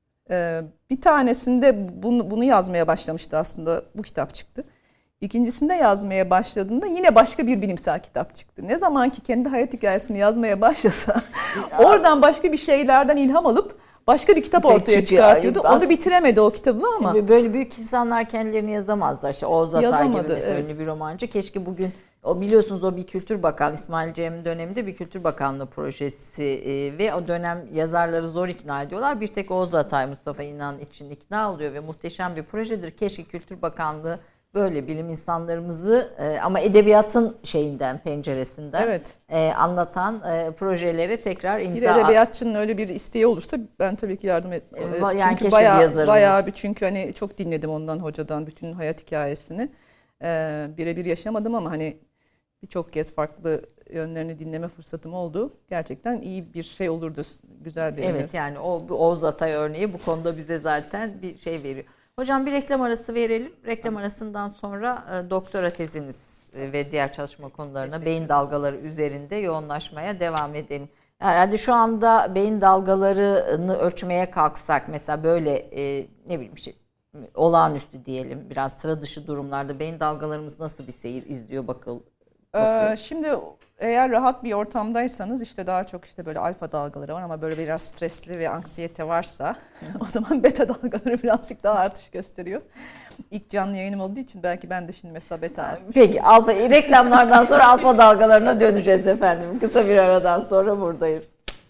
Bir tanesinde bunu yazmaya başlamıştı aslında, bu kitap çıktı. İkincisinde yazmaya başladığında yine başka bir bilimsel kitap çıktı. Ne zaman ki kendi hayat hikayesini yazmaya başlasa oradan başka bir şeylerden ilham alıp başka bir kitap ortaya çıkartıyordu. Onu bitiremedi o kitabı ama. Böyle büyük insanlar kendilerini yazamazlar. İşte Oğuz Atay gibi mesela ünlü bir romancı. Keşke bugün, o biliyorsunuz o bir Kültür Bakanlığı, İsmail Cem'in döneminde bir Kültür Bakanlığı projesi ve o dönem yazarları zor ikna ediyorlar. Bir tek Oğuz Atay, Mustafa İnan için ikna oluyor ve muhteşem bir projedir. Keşke Kültür Bakanlığı böyle bilim insanlarımızı ama edebiyatın penceresinden anlatan projeleri tekrar imza. Bir edebiyatçının öyle bir isteği olursa ben tabii ki yardım yani çünkü bayağı çünkü hani çok dinledim ondan, hocadan bütün hayat hikayesini. Birebir yaşamadım ama hani birçok kez farklı yönlerini dinleme fırsatım oldu. Gerçekten iyi bir şey olurdu, güzel bir Evet, yani Oğuz Atay örneği bu konuda bize zaten bir şey veriyor. Hocam bir reklam arası verelim. Reklam arasından sonra doktora teziniz ve diğer çalışma konularına, beyin dalgaları üzerinde yoğunlaşmaya devam edelim. Herhalde şu anda beyin dalgalarını ölçmeye kalksak, mesela böyle ne bileyim olağanüstü diyelim, biraz sıra dışı durumlarda beyin dalgalarımız nasıl bir seyir izliyor bakıyor. Şimdi eğer rahat bir ortamdaysanız daha çok böyle alfa dalgaları var ama böyle biraz stresli ve anksiyete varsa o zaman beta dalgaları birazcık daha artış gösteriyor. İlk canlı yayınım olduğu için belki ben de şimdi mesela beta almışım. Peki reklamlardan sonra alfa dalgalarına döneceğiz efendim. Kısa bir aradan sonra buradayız.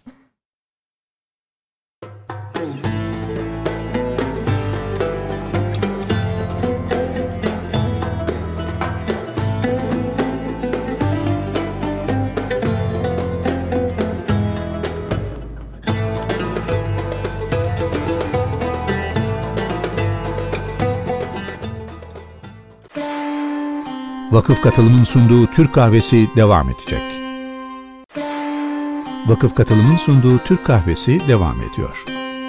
Vakıf Katılım'ın sunduğu Türk Kahvesi devam edecek. Vakıf Katılım'ın sunduğu Türk Kahvesi devam ediyor.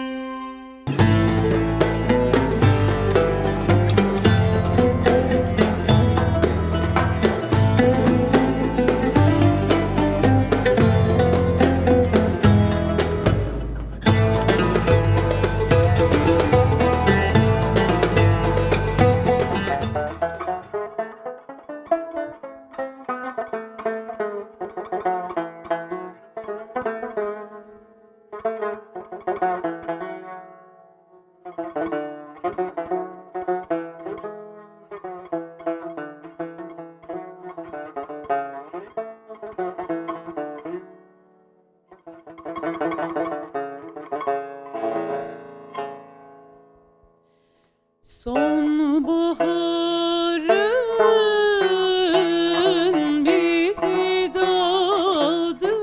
Sonbaharın bizi daldırdı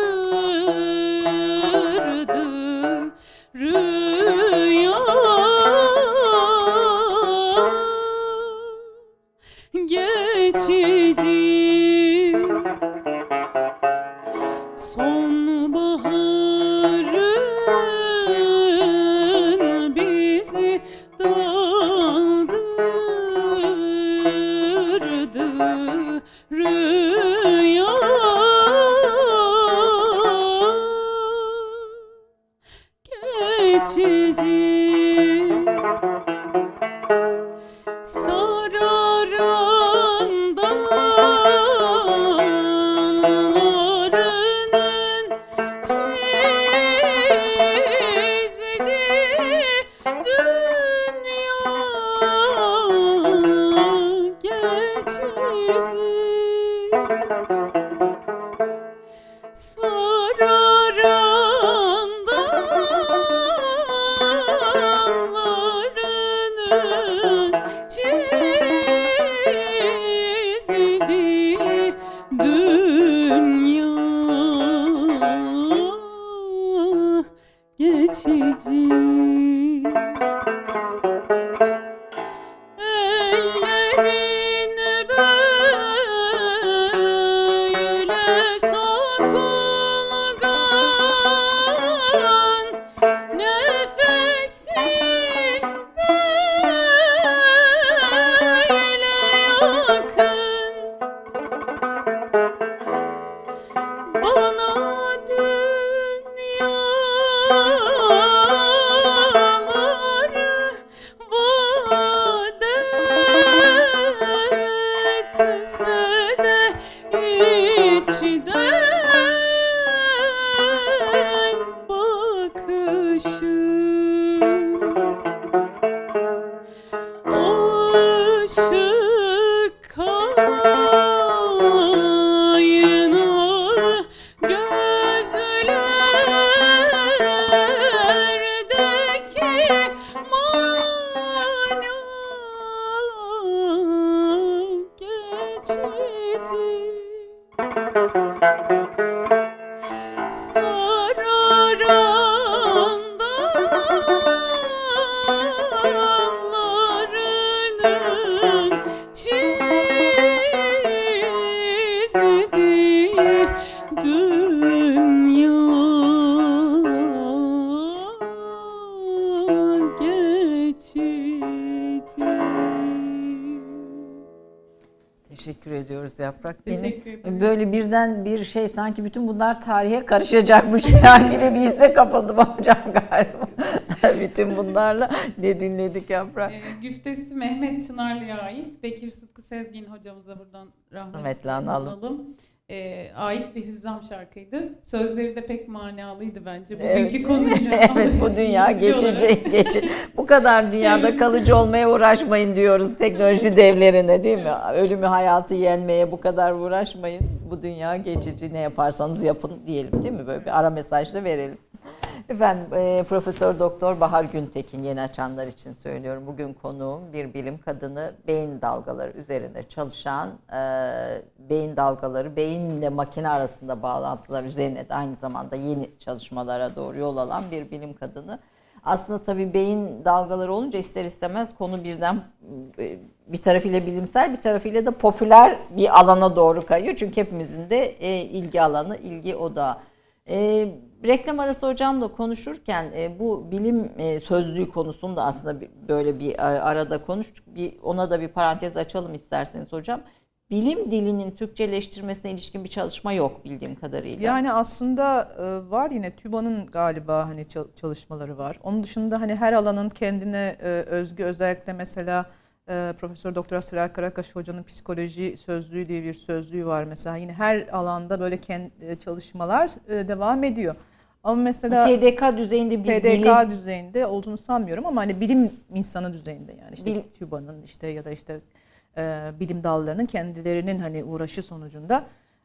rüya geçici. Sonbaharın bizi daldırdı rüya geçici. Sararan dağlarının çizdiği dünya geçici. Sararan dağlarının çizdiği dünya geçici. Ellerin böyle Teşekkür ediyoruz Yaprak. Teşekkür ederim. Böyle birden bir şey sanki bütün bunlar tarihe karışacakmış falan gibi bir hisse kapıldım hocam galiba. Bütün bunlarla ne dinledik Yaprak? Güftesi Mehmet Çınarlı'ya ait. Bekir Sıtkı Sezgin hocamıza buradan rahmetle analım. Ait bir hüzzam şarkıydı. Sözleri de pek manalıydı bence. Bugünkü konuyla. Evet, bu dünya geçici. Bu kadar dünyada kalıcı olmaya uğraşmayın diyoruz teknoloji devlerine, değil mi? Ölümü hayatı yenmeye bu kadar uğraşmayın. Bu dünya geçici, ne yaparsanız yapın diyelim, değil mi? Böyle bir ara mesaj da verelim. Efendim, Profesör Doktor Bahar Güntekin, yeni açanlar için söylüyorum. Bugün konuğum bir bilim kadını, beyin dalgaları üzerinde çalışan, beyin dalgaları, beyinle makine arasında bağlantılar üzerine de aynı zamanda yeni çalışmalara doğru yol alan bir bilim kadını. Aslında tabii beyin dalgaları olunca ister istemez konu birden bir tarafıyla bilimsel, bir tarafıyla da popüler bir alana doğru kayıyor. Çünkü hepimizin de ilgi alanı, ilgi odağı. Reklam arası hocamla konuşurken bu bilim sözlüğü konusunu da aslında böyle bir arada konuştuk. Ona da bir parantez açalım isterseniz hocam. Bilim dilinin Türkçeleştirmesine ilişkin bir çalışma yok bildiğim kadarıyla. Yani aslında var, yine TÜBA'nın galiba hani çalışmaları var. Onun dışında hani her alanın kendine özgü, özellikle mesela Profesör Doktor Asral Karakaş Hoca'nın psikoloji sözlüğü diye bir sözlüğü var mesela. Yine her alanda böyle çalışmalar devam ediyor. Ama mesela TDK düzeyinde bir bilim düzeyinde olduğunu sanmıyorum ama hani bilim insanı düzeyinde, yani işte TÜBA'nın işte ya da işte bilim dallarının kendilerinin hani uğraşı sonucunda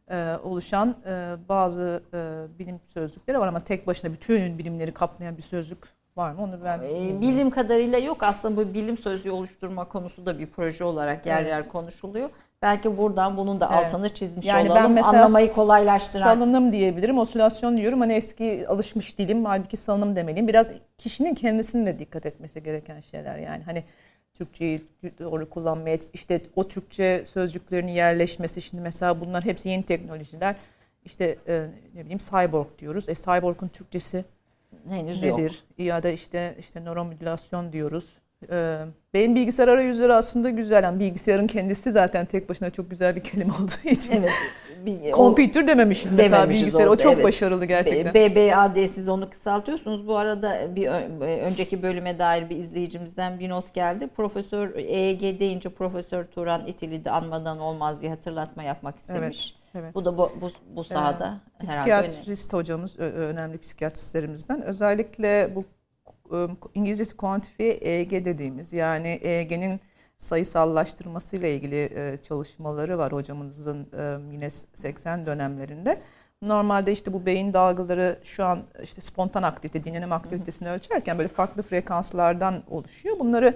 oluşan bazı bilim sözlükleri var ama tek başına bütün bilimleri kaplayan bir sözlük var mı? Onu ben bildiğim kadarıyla yok. Aslında bu bilim sözlüğü oluşturma konusu da bir proje olarak yer yer konuşuluyor. Belki buradan bunun da altını çizmiş yani olalım. Ben mesela anlamayı kolaylaştıran. Salınım diyebilirim, osilasyon diyorum. Hani eski alışmış dilim, halbuki salınım demeliyim. Biraz kişinin kendisinin de dikkat etmesi gereken şeyler yani. Hani Türkçeyi doğru kullanmaya, işte o Türkçe sözcüklerin yerleşmesi, şimdi mesela bunlar hepsi yeni teknolojiler. İşte ne bileyim cyborg diyoruz. Cyborg'un Türkçesi henüz nedir? Yok. Ya da işte nöromodülasyon diyoruz. Beyin bilgisayar arayüzleri aslında güzel. Yani bilgisayarın kendisi zaten tek başına çok güzel bir kelime olduğu için. Evet. Computer dememişiz mesela bilgisayar. O çok başarılı gerçekten. BBAD, siz onu kısaltıyorsunuz. Bu arada bir önceki bölüme dair bir izleyicimizden bir not geldi. Profesör EEG deyince Profesör Turan İtili de anmadan olmaz diye hatırlatma yapmak istemiş. Evet. Bu da bu sahada herhalde psikiyatrist hocamız, önemli psikiyatristlerimizden. Özellikle bu İngilizcesi kuantifiye EEG dediğimiz, yani EEG'nin sayısallaştırmasıyla ilgili çalışmaları var hocamızın yine 80 dönemlerinde. Normalde işte bu beyin dalgaları şu an işte spontan aktivite, dinlenim aktivitesini ölçerken böyle farklı frekanslardan oluşuyor. Bunları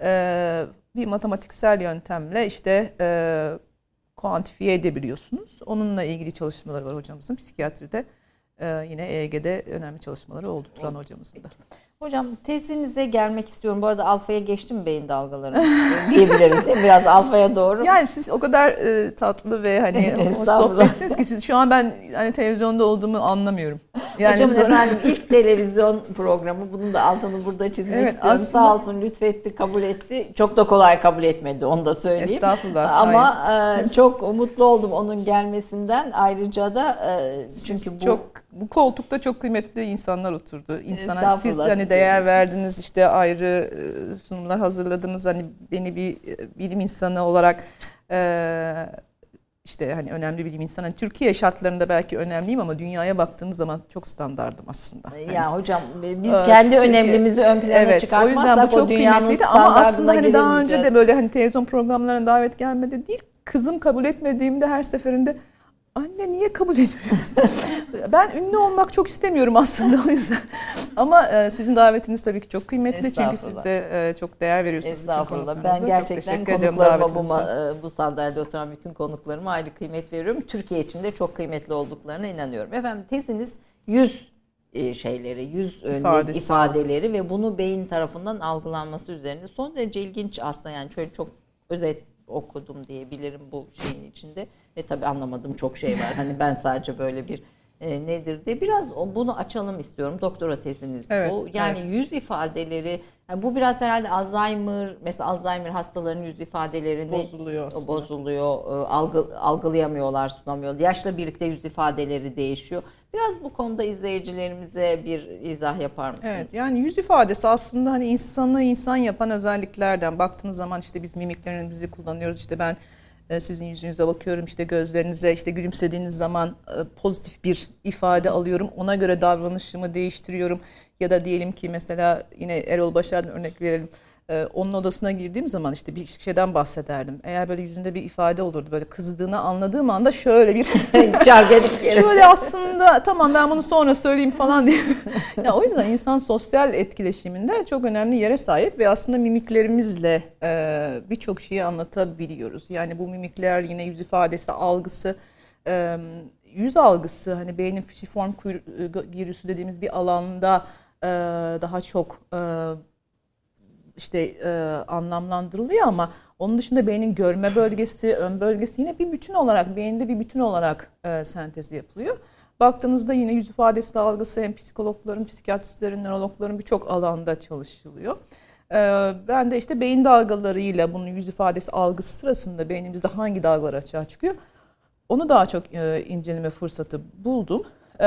bir matematiksel yöntemle işte kuantifiye edebiliyorsunuz. Onunla ilgili çalışmaları var hocamızın psikiyatride. Yine EEG'de önemli çalışmaları oldu Turan hocamızın da. Hocam tezinize gelmek istiyorum. Bu arada alfaya geçti mi beyin dalgaları diyebiliriz değil mi? Biraz alfaya doğru. Yani siz o kadar tatlı ve hani sohbetsiniz ki siz şu an ben hani televizyonda olduğumu anlamıyorum. Yani hocam efendim ilk televizyon programı, bunun da altını burada çizmek istiyorum. Aslında, sağ olsun lütfetti, kabul etti. Çok da kolay kabul etmedi, onu da söyleyeyim. Estağfurullah. Ama çok mutlu oldum onun gelmesinden. Ayrıca da çünkü bu koltukta çok kıymetli insanlar oturdu. İnsana siz hani değer verdiniz, işte ayrı sunumlar hazırladınız. Hani beni bir bilim insanı olarak işte hani önemli bilim insanı. Hani Türkiye şartlarında belki önemliyim ama dünyaya baktığınız zaman çok standardım aslında. Ya hani, hocam biz kendi önemlimizi ön plana çıkartmazsak o yüzden bu çok kıymetliydi ama aslında hani daha önce de böyle hani televizyon programlarına davet gelmedi değil. Kızım kabul etmediğimde her seferinde Anne niye kabul etmiyorsun? Ben ünlü olmak çok istemiyorum aslında o yüzden. Ama sizin davetiniz tabii ki çok kıymetli çünkü siz de çok değer veriyorsunuz. Estağfurullah. Ben gerçekten konuklarıma bu sandalyede oturan bütün konuklarıma ayrı kıymet veriyorum. Türkiye için de çok kıymetli olduklarına inanıyorum. Efendim teziniz yüz ifadeleri ve bunu beyin tarafından algılanması üzerine son derece ilginç aslında, yani şöyle çok özet okudum diyebilirim bu şeyin içinde ve tabii anlamadığım çok şey var. Hani ben sadece böyle bir nedir diye biraz bunu açalım istiyorum. Doktora teziniz bu. Yani yüz ifadeleri, yani bu biraz herhalde mesela Alzheimer hastalarının yüz ifadelerini bozuluyor, algılayamıyorlar, sunamıyorlar. Yaşla birlikte yüz ifadeleri değişiyor. Biraz bu konuda izleyicilerimize bir izah yapar mısınız? Evet, yani yüz ifadesi aslında hani insanı insan yapan özelliklerden. Baktığınız zaman işte biz mimiklerimizi kullanıyoruz. İşte ben sizin yüzünüze bakıyorum, işte gözlerinize, işte gülümsediğiniz zaman pozitif bir ifade alıyorum. Ona göre davranışımı değiştiriyorum. Ya da diyelim ki mesela yine Erol Başar'dan örnek verelim. Onun odasına girdiğim zaman işte bir şeyden bahsederdim. Eğer böyle yüzünde bir ifade olurdu, böyle kızdığını anladığım anda şöyle bir şöyle aslında tamam ben bunu sonra söyleyeyim falan diye. Yani o yüzden insan sosyal etkileşiminde çok önemli yere sahip ve aslında mimiklerimizle birçok şeyi anlatabiliyoruz. Yani bu mimikler yine yüz ifadesi, algısı, yüz algısı hani beynin füsiform gyrüsü dediğimiz bir alanda daha çok anlamlandırılıyor ama onun dışında beynin görme bölgesi, ön bölgesi yine bir bütün olarak, beyinde bir bütün olarak sentezi yapılıyor. Baktığınızda yine yüz ifadesi ve algısı hem psikologların, psikiyatristlerin, nörologların birçok alanda çalışılıyor. Ben de işte beyin dalgalarıyla bunun yüz ifadesi algısı sırasında beynimizde hangi dalgalar açığa çıkıyor, onu daha çok inceleme fırsatı buldum.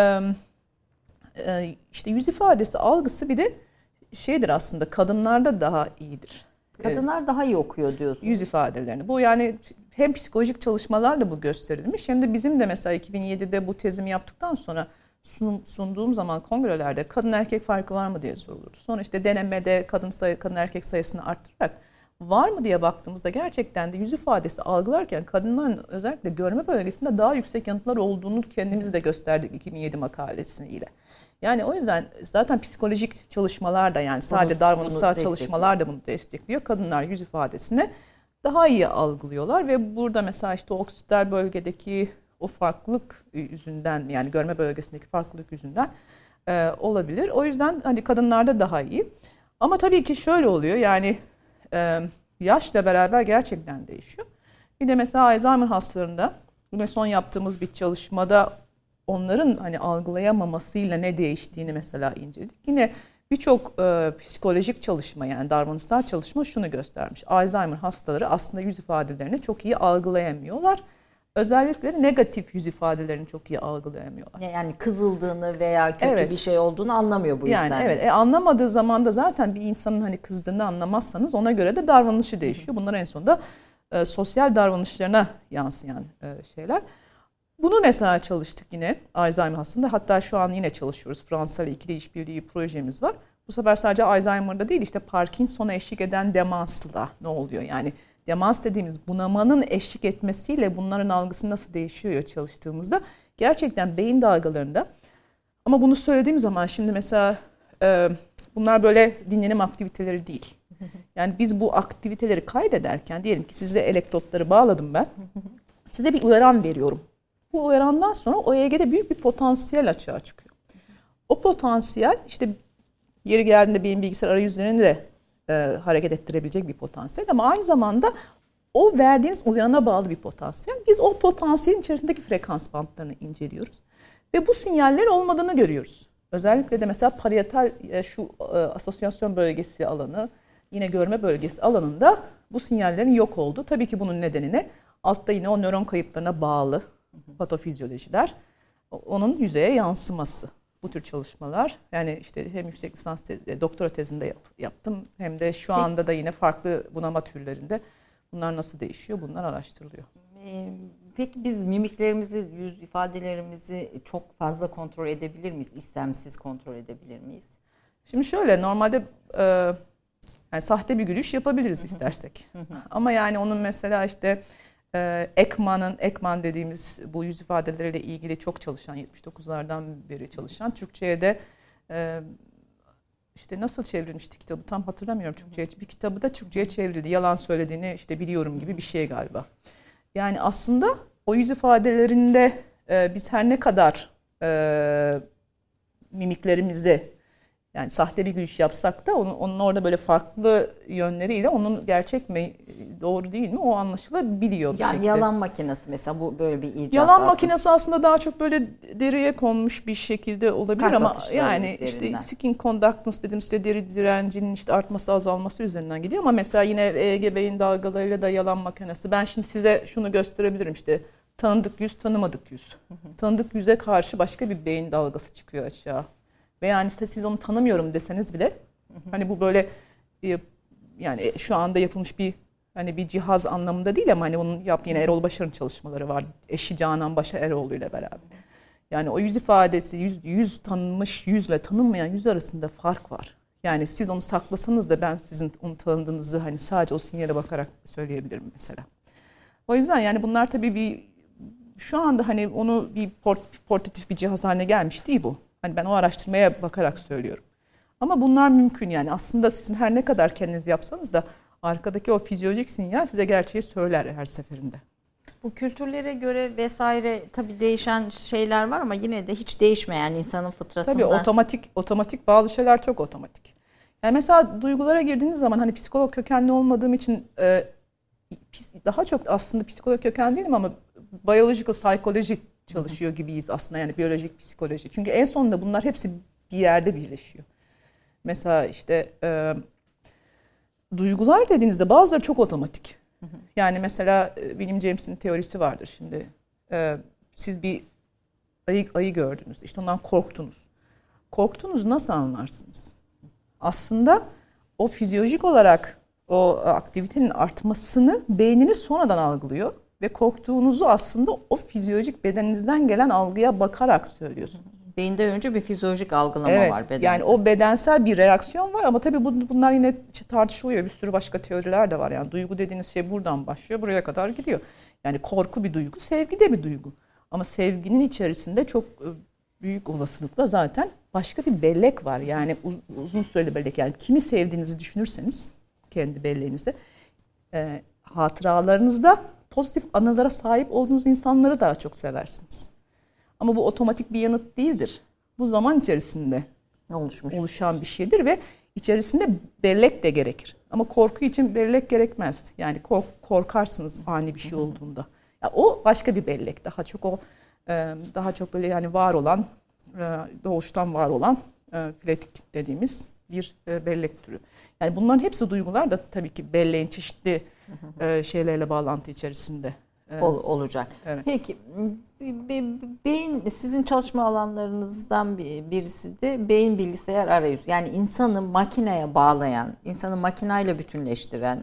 İşte yüz ifadesi algısı bir de şeydir aslında, kadınlarda daha iyidir. Kadınlar daha iyi okuyor diyorsunuz. Yüz ifadelerini. Bu yani hem psikolojik çalışmalarla bu gösterilmiş hem de bizim de mesela 2007'de bu tezimi yaptıktan sonra sunduğum zaman kongrelerde kadın erkek farkı var mı diye sorulurdu. Sonra işte denemede kadın erkek sayısını arttırarak var mı diye baktığımızda gerçekten de yüz ifadesi algılarken kadınların özellikle görme bölgesinde daha yüksek yanıtlar olduğunu kendimiz de gösterdik 2007 makalesiyle. Yani o yüzden zaten psikolojik çalışmalar da, yani sadece davranışsal çalışmalar da bunu destekliyor. Kadınlar yüz ifadesini daha iyi algılıyorlar ve burada mesela işte o oksipital bölgedeki o farklılık yüzünden, yani görme bölgesindeki farklılık yüzünden olabilir. O yüzden hani kadınlarda daha iyi. Ama tabii ki şöyle oluyor, yani yaşla beraber gerçekten değişiyor. Bir de mesela Alzheimer hastalarında yine son yaptığımız bir çalışmada onların hani algılayamamasıyla ne değiştiğini mesela inceledik. Yine birçok psikolojik çalışma, yani davranışsal çalışma şunu göstermiş. Alzheimer hastaları aslında yüz ifadelerini çok iyi algılayamıyorlar. Özellikle negatif yüz ifadelerini çok iyi algılayamıyorlar. Yani kızıldığını veya kötü bir şey olduğunu anlamıyor bu yüzden. Yani evet, anlamadığı zaman da zaten bir insanın hani kızdığını anlamazsanız ona göre de davranışı değişiyor. Bunlar en sonunda sosyal davranışlarına yansıyan şeyler. Bunu mesela çalıştık yine Alzheimer hastasında. Hatta şu an yine çalışıyoruz. Fransa ile ikili işbirliği projemiz var. Bu sefer sadece Alzheimer'da değil, işte Parkinson'a eşlik eden demansla ne oluyor? Yani demans dediğimiz bunamanın eşlik etmesiyle bunların algısı nasıl değişiyor çalıştığımızda gerçekten beyin dalgalarında. Ama bunu söylediğim zaman şimdi mesela bunlar böyle dinlenim aktiviteleri değil. Yani biz bu aktiviteleri kaydederken diyelim ki size elektrotları bağladım ben. Size bir uyaran veriyorum. Bu uyarandan sonra o EEG'de büyük bir potansiyel açığa çıkıyor. O potansiyel işte yeri geldiğinde beyin bilgisayar arayüzlerini de hareket ettirebilecek bir potansiyel ama aynı zamanda o verdiğiniz uyarana bağlı bir potansiyel. Biz o potansiyelin içerisindeki frekans bantlarını inceliyoruz ve bu sinyallerin olmadığını görüyoruz. Özellikle de mesela parietal şu asosyasyon bölgesi alanı, yine görme bölgesi alanında bu sinyallerin yok olduğu. Tabii ki bunun nedeni ne? Altta yine o nöron kayıplarına bağlı patofizyolojiler, onun yüzeye yansıması. Bu tür çalışmalar, yani işte hem yüksek lisans doktora tezinde yaptım hem de şu anda da yine farklı bunama türlerinde bunlar nasıl değişiyor, bunlar araştırılıyor. Peki biz mimiklerimizi, yüz ifadelerimizi çok fazla kontrol edebilir miyiz? İstemsiz kontrol edebilir miyiz? Şimdi şöyle, normalde yani sahte bir gülüş yapabiliriz istersek. Ama yani onun mesela işte Ekman dediğimiz bu yüz ifadeleriyle ilgili çok çalışan, 79'lardan beri çalışan, Türkçe'ye de işte nasıl çevrilmişti kitabı tam hatırlamıyorum. Türkçe'ye bir kitabı da Türkçe'ye çevrildi. Yalan söylediğini işte biliyorum gibi bir şey galiba. Yani aslında o yüz ifadelerinde biz her ne kadar mimiklerimizi yani sahte bir gülüş yapsak da onun orada böyle farklı yönleriyle onun gerçek mi doğru değil mi o anlaşılabiliyor bir şekilde. Yalan makinesi mesela bu böyle bir icat Yalan makinesi aslında daha çok böyle deriye konmuş bir şekilde olabilir ama yani üzerinden. işte skin conductance dediğimiz işte deri direncinin işte artması azalması üzerinden gidiyor ama mesela yine EEG beyin dalgalarıyla da yalan makinesi. Ben şimdi size şunu gösterebilirim işte tanıdık yüz tanımadık yüz. Tanıdık yüze karşı başka bir beyin dalgası çıkıyor aşağı. Ve yani siz onu tanımıyorum deseniz bile hani bu böyle yani şu anda yapılmış bir hani bir cihaz anlamında değil ama hani onun yine Erol Başar'ın çalışmaları var. Eşi Canan Başar Eroğlu ile beraber. Yani o yüz ifadesi yüz tanınmış yüzle tanınmayan yüz arasında fark var. Yani siz onu saklasanız da ben sizin onu tanıdığınızı hani sadece o sinyale bakarak söyleyebilirim mesela. O yüzden yani bunlar tabii şu anda hani onu bir portatif bir cihaz haline gelmiş değil bu. Hani ben o araştırmaya bakarak söylüyorum. Ama bunlar mümkün yani. Aslında sizin her ne kadar kendiniz yapsanız da arkadaki o fizyolojik sinyal size gerçeği söyler her seferinde. Bu kültürlere göre vesaire tabii değişen şeyler var ama yine de hiç değişmeyen insanın fıtratında. Tabii otomatik bazı şeyler çok otomatik. Yani mesela duygulara girdiğiniz zaman hani psikolog kökenli olmadığım için daha çok aslında psikolog kökenli değilim ama biological psychology çalışıyor gibiyiz aslında yani biyolojik psikoloji. Çünkü en sonunda bunlar hepsi bir yerde birleşiyor. Mesela işte duygular dediğinizde bazıları çok otomatik. Yani mesela William James'in teorisi vardır şimdi. Siz bir ayı gördünüz. İşte ondan korktunuz. Korktuğunuzu nasıl anlarsınız? Aslında o fizyolojik olarak o aktivitenin artmasını beyniniz sonradan algılıyor. Ve korktuğunuzu aslında o fizyolojik bedeninizden gelen algıya bakarak söylüyorsunuz. Beyinde önce bir fizyolojik algılama var bedeninize. Yani o bedensel bir reaksiyon var ama tabii bunlar yine tartışılıyor. Bir sürü başka teoriler de var. Yani duygu dediğiniz şey buradan başlıyor, buraya kadar gidiyor. Yani korku bir duygu, sevgi de bir duygu. Ama sevginin içerisinde çok büyük olasılıkla zaten başka bir bellek var. Yani uzun süreli bellek. Yani kimi sevdiğinizi düşünürseniz kendi belleğinizde hatıralarınızda pozitif anılara sahip olduğunuz insanları daha çok seversiniz. Ama bu otomatik bir yanıt değildir. Bu zaman içerisinde oluşan bir şeydir ve içerisinde bellek de gerekir. Ama korku için bellek gerekmez. Yani korkarsınız ani bir şey olduğunda. Ya o başka bir bellek. Daha çok böyle yani var olan, doğuştan var olan filetik dediğimiz bir bellek türü. Yani bunların hepsi duygular da tabii ki belleğin çeşitli şeylerle bağlantı içerisinde olacak. Evet. Peki beyin sizin çalışma alanlarınızdan birisi de beyin bilgisayar arayüzü. Yani insanı makineye bağlayan, insanı makinayla bütünleştiren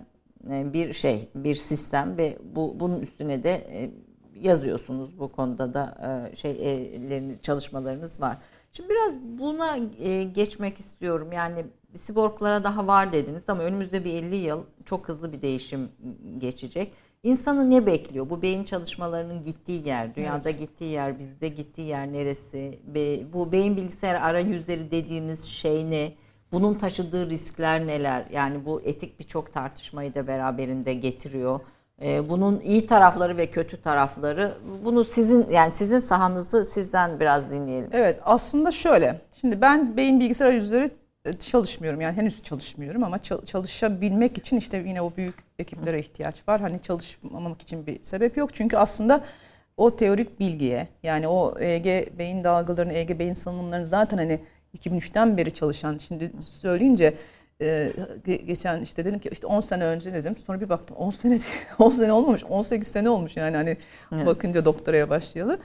bir sistem ve bunun üstüne de yazıyorsunuz. Bu konuda da çalışmalarınız var. Şimdi biraz buna geçmek istiyorum. Yani siborglara daha var dediniz ama önümüzde bir 50 yıl çok hızlı bir değişim geçecek. İnsanı ne bekliyor? Bu beyin çalışmalarının gittiği yer, dünyada gittiği yer, bizde gittiği yer neresi? Bu beyin bilgisayar arayüzleri dediğimiz şey ne? Bunun taşıdığı riskler neler? Yani bu etik birçok tartışmayı da beraberinde getiriyor. Bunun iyi tarafları ve kötü tarafları. Bunu sizin sahanızı sizden biraz dinleyelim. Evet, aslında şöyle. Şimdi ben beyin bilgisayar arayüzleri çalışmıyorum. Yani henüz çalışmıyorum ama çalışabilmek için işte yine o büyük ekiplere ihtiyaç var. Hani çalışmamak için bir sebep yok. Çünkü aslında o teorik bilgiye yani o EEG beyin dalgalarını, EEG beyin salınımlarını zaten hani 2003'ten beri çalışan şimdi söyleyince geçen işte dedim ki işte 10 sene önce dedim. Sonra bir baktım 10 sene olmamış. 18 sene olmuş yani hani bakınca doktoraya başlayalı.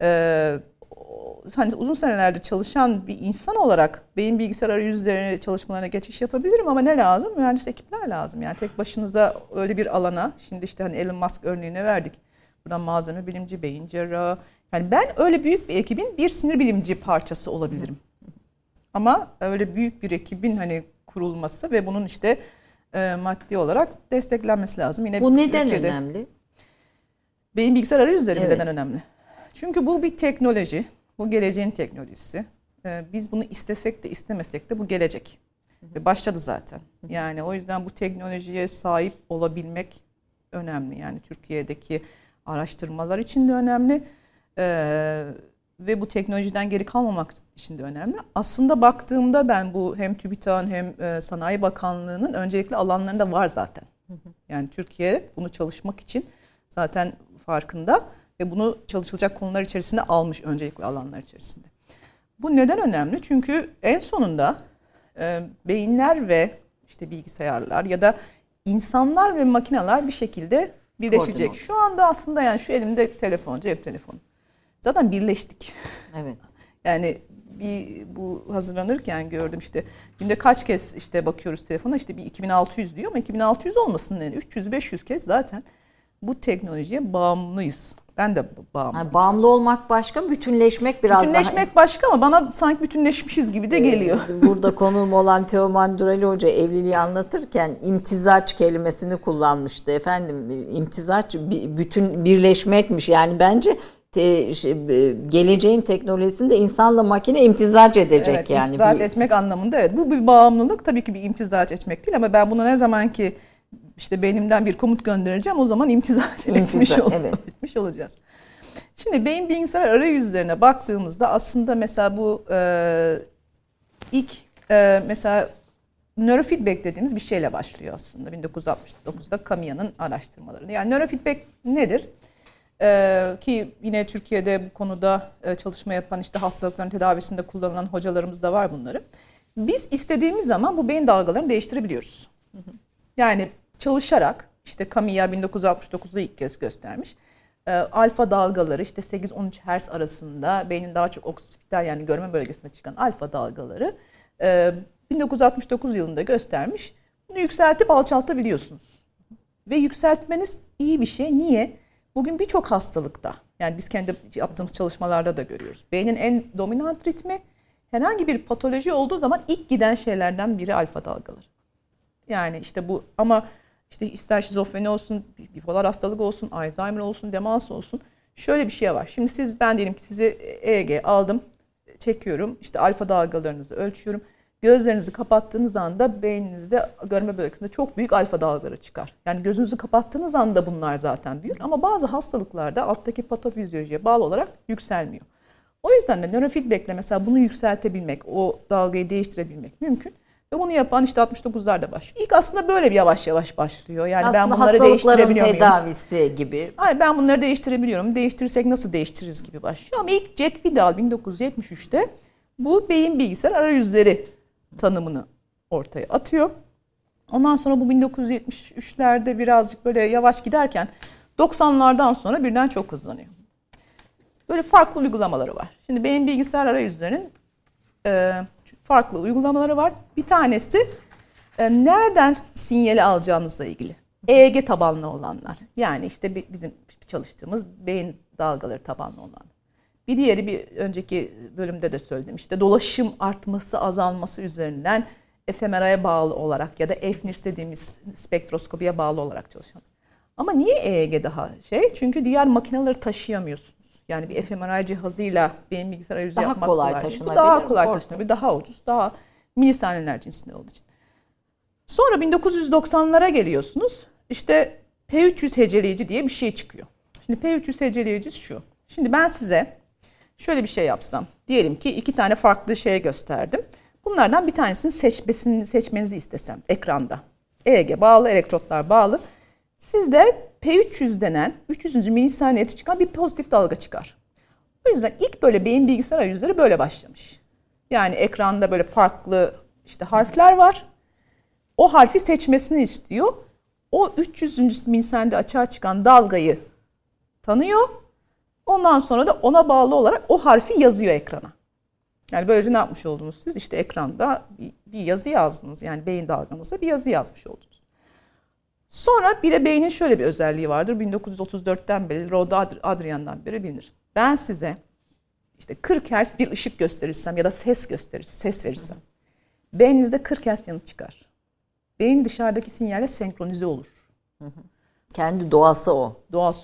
Hani uzun senelerde çalışan bir insan olarak beyin bilgisayar arayüzleri çalışmalarına geçiş yapabilirim ama ne lazım? Mühendis ekipler lazım. Yani tek başınıza öyle bir alana, şimdi işte hani Elon Musk örneğine verdik. Buradan malzeme bilimci, beyin cerrahı. Yani ben öyle büyük bir ekibin bir sinir bilimci parçası olabilirim. Ama öyle büyük bir ekibin hani kurulması ve bunun işte maddi olarak desteklenmesi lazım. Yine bu neden önemli? Beyin bilgisayar arayüzleri neden önemli? Çünkü bu bir teknoloji. Bu geleceğin teknolojisi. Biz bunu istesek de istemesek de bu gelecek. Ve başladı zaten. Yani o yüzden bu teknolojiye sahip olabilmek önemli. Yani Türkiye'deki araştırmalar için de önemli. Ve bu teknolojiden geri kalmamak için de önemli. Aslında baktığımda ben bu hem TÜBİTAK'ın hem Sanayi Bakanlığı'nın öncelikli alanlarında var zaten. Yani Türkiye bunu çalışmak için zaten farkında ve bunu çalışılacak konular içerisinde almış öncelikli alanlar içerisinde. Bu neden önemli? Çünkü en sonunda beyinler ve işte bilgisayarlar ya da insanlar ve makineler bir şekilde birleşecek. Şu anda aslında yani şu elimde telefon, cep telefonu. Zaten birleştik. Evet. Yani bu hazırlanırken gördüm işte günde kaç kez işte bakıyoruz telefona, işte bir 2600 diyor ama 2600 olmasın yani 300-500 kez zaten bu teknolojiye bağımlıyız. Ben de bağımlıyım. Yani bağımlı olmak başka, bütünleşmek biraz bütünleşmek başka ama bana sanki bütünleşmişiz gibi de geliyor. Burada konuğum olan Teoman Durali Hoca evliliği anlatırken imtizaç kelimesini kullanmıştı. Efendim imtizaç bütün birleşmekmiş. Yani bence geleceğin teknolojisinde insanla makine imtizaç edecek. Evet, yani. İmtizaç etmek anlamında evet. Bu bir bağımlılık, tabii ki bir imtizaç etmek değil ama ben bunu ne zaman ki işte beynimden bir komut göndereceğim o zaman imtizaç etmiş olacağız. Şimdi beyin bilgisayar arayüzlerine baktığımızda aslında mesela bu ilk mesela nörofeedback dediğimiz bir şeyle başlıyor aslında 1969'da Camilla'nın araştırmaları. Yani nörofeedback nedir? Ki yine Türkiye'de bu konuda çalışma yapan işte hastalıkların tedavisinde kullanılan hocalarımız da var bunları. Biz istediğimiz zaman bu beyin dalgalarını değiştirebiliyoruz. Yani çalışarak işte Camilla 1969'da ilk kez göstermiş. Alfa dalgaları işte 8-13 Hz arasında beynin daha çok oksipital yani görme bölgesinde çıkan alfa dalgaları 1969 yılında göstermiş. Bunu yükseltip alçaltabiliyorsunuz. Ve yükseltmeniz iyi bir şey. Niye? Bugün birçok hastalıkta yani biz kendi yaptığımız çalışmalarda da görüyoruz. Beynin en dominant ritmi herhangi bir patoloji olduğu zaman ilk giden şeylerden biri alfa dalgaları. Yani işte bu ama işte ister şizofreni olsun, bipolar hastalık olsun, Alzheimer olsun, demans olsun. Şöyle bir şey var. Şimdi ben diyelim ki sizi EEG aldım, çekiyorum. İşte alfa dalgalarınızı ölçüyorum. Gözlerinizi kapattığınız anda beyninizde görme bölgesinde çok büyük alfa dalgaları çıkar. Yani gözünüzü kapattığınız anda bunlar zaten büyür. Ama bazı hastalıklarda alttaki patofizyolojiye bağlı olarak yükselmiyor. O yüzden de nörofeedback'le mesela bunu yükseltebilmek, o dalgayı değiştirebilmek mümkün. Ve bunu yapan işte 69'larda başlıyor. İlk aslında böyle bir yavaş yavaş başlıyor. Yani aslında ben bunları değiştirebiliyor muyum? Tedavisi gibi. Hayır, ben bunları değiştirebiliyorum. Değiştirirsek nasıl değiştiririz gibi başlıyor. Ama ilk Jack Vidal 1973'te bu beyin bilgisayar arayüzleri tanımını ortaya atıyor. Ondan sonra bu 1973'lerde birazcık böyle yavaş giderken 90'lardan sonra birden çok hızlanıyor. Böyle farklı uygulamaları var. Şimdi beyin bilgisayar arayüzlerinin farklı uygulamaları var. Bir tanesi nereden sinyali alacağınızla ilgili. EEG tabanlı olanlar. Yani işte bizim çalıştığımız beyin dalgaları tabanlı olanlar. Bir diğeri bir önceki bölümde de söyledim. İşte dolaşım artması, azalması üzerinden fMRI'ye bağlı olarak ya da fNIRS dediğimiz spektroskopiye bağlı olarak çalışan. Ama niye EEG daha şey? Çünkü diğer makineleri taşıyamıyorsunuz. Yani bir fMRI cihazıyla beyin bilgisayar arayüzü yapmak kolay. Daha kolay taşınabilir, daha ucuz, daha milisaniyeler cinsinde olduğu için. Sonra 1990'lara geliyorsunuz. İşte P300 heceleyici diye bir şey çıkıyor. Şimdi P300 heceleyici şu. Şimdi ben size şöyle bir şey yapsam. Diyelim ki 2 tane farklı şey gösterdim. Bunlardan bir tanesini seçmenizi istesem ekranda. EEG bağlı, elektrotlar bağlı. Sizde P300 denen 300. milisaniyede çıkan bir pozitif dalga çıkar. O yüzden ilk böyle beyin bilgisayar arayüzleri böyle başlamış. Yani ekranda böyle farklı işte harfler var. O harfi seçmesini istiyor. O 300. milisaniyede açığa çıkan dalgayı tanıyor. Ondan sonra da ona bağlı olarak o harfi yazıyor ekrana. Yani böylece ne yapmış oldunuz siz? İşte ekranda bir yazı yazdınız. Yani beyin dalganızda bir yazı yazmış oldunuz. Sonra bir de beynin şöyle bir özelliği vardır. 1934'ten beri, Rhoda Adrian'dan beri bilinir. Ben size işte 40 Hz bir ışık gösterirsem ya da ses verirsem beyninizde 40 Hz yanıt çıkar. Beyin dışarıdaki sinyalle senkronize olur. Kendi doğası o. Doğası o.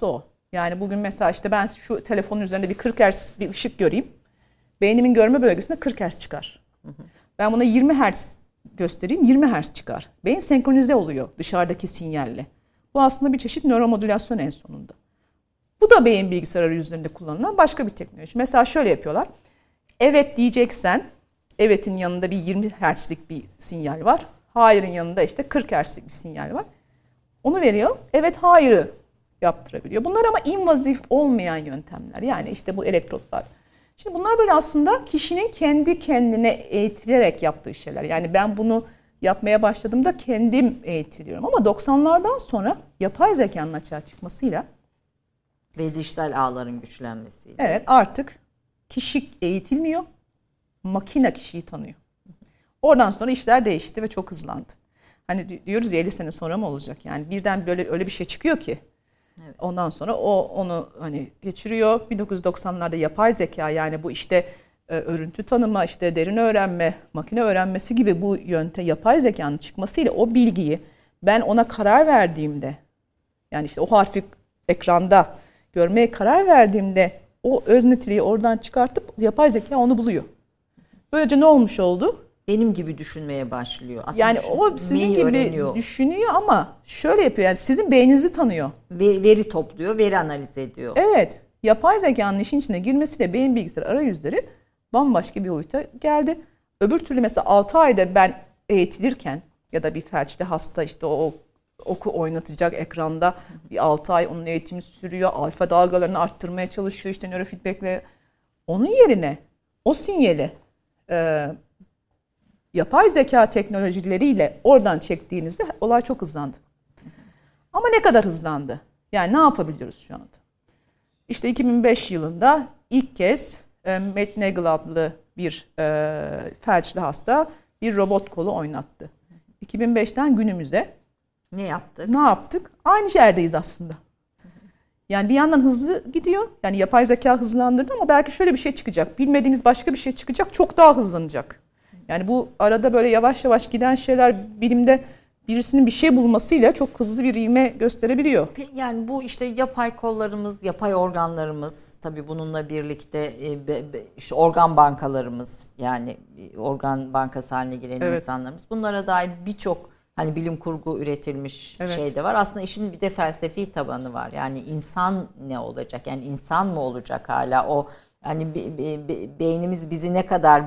Yani bugün mesela işte ben şu telefonun üzerinde bir 40 Hz bir ışık göreyim. Beynimin görme bölgesinde 40 Hz çıkar. Ben buna 20 Hz göstereyim, 20 Hz çıkar. Beyin senkronize oluyor dışarıdaki sinyalle. Bu aslında bir çeşit nöromodülasyon en sonunda. Bu da beyin bilgisayar arayüzlerinde kullanılan başka bir teknoloji. Mesela şöyle yapıyorlar. Evet diyeceksen, evet'in yanında bir 20 Hz'lik bir sinyal var. Hayır'ın yanında işte 40 Hz'lik bir sinyal var. Onu veriyor. Evet, hayır'ı yaptırabiliyor. Bunlar ama invazif olmayan yöntemler. Yani işte bu elektrotlar. Şimdi bunlar böyle aslında kişinin kendi kendine eğitilerek yaptığı şeyler. Yani ben bunu yapmaya başladığımda kendim eğitiliyorum. Ama 90'lardan sonra yapay zekanın açığa çıkmasıyla ve dijital ağların güçlenmesiyle. Evet, artık kişi eğitilmiyor. Makine kişiyi tanıyor. Oradan sonra işler değişti ve çok hızlandı. Hani diyoruz ya 50 sene sonra mı olacak? Yani birden böyle öyle bir şey çıkıyor ki. Evet. Ondan sonra o onu hani geçiriyor. 1990'larda yapay zeka, yani bu işte örüntü tanıma, işte derin öğrenme, makine öğrenmesi gibi bu yapay zekanın çıkmasıyla o bilgiyi ben ona karar verdiğimde, yani işte o harfi ekranda görmeye karar verdiğimde o öznetiliği oradan çıkartıp yapay zeka onu buluyor. Böylece ne olmuş oldu? Benim gibi düşünmeye başlıyor. Aslında yani o sizin gibi öğreniyor. Düşünüyor ama şöyle yapıyor, yani sizin beyninizi tanıyor. Veri topluyor, veri analiz ediyor. Evet. Yapay zekanın işin içine girmesiyle beyin bilgisayar arayüzleri bambaşka bir boyuta geldi. Öbür türlü mesela 6 ayda ben eğitilirken ya da bir felçli hasta işte o oku oynatacak ekranda bir 6 ay onun eğitimi sürüyor. Alfa dalgalarını arttırmaya çalışıyor işte nörofeedback'le. Onun yerine o sinyali yapay zeka teknolojileriyle oradan çektiğinizde olay çok hızlandı. Ama ne kadar hızlandı? Yani ne yapabiliyoruz şu anda? İşte 2005 yılında ilk kez Matt Nagle adlı bir felçli hasta bir robot kolu oynattı. 2005'ten günümüze ne yaptık? Ne yaptık? Aynı yerdeyiz aslında. Yani bir yandan hızlı gidiyor. Yani yapay zeka hızlandırdı ama belki şöyle bir şey çıkacak. Bilmediğimiz başka bir şey çıkacak. Çok daha hızlanacak. Yani bu arada böyle yavaş yavaş giden şeyler bilimde birisinin bir şey bulmasıyla çok hızlı bir ivme gösterebiliyor. Yani bu işte yapay kollarımız, yapay organlarımız, tabii bununla birlikte işte organ bankalarımız, yani organ bankası haline gelen insanlarımız. Bunlara dair birçok hani bilim kurgu üretilmiş şey de var. Aslında işin bir de felsefi tabanı var. Yani insan ne olacak? Yani insan mı olacak hala? O yani beynimiz bizi ne kadar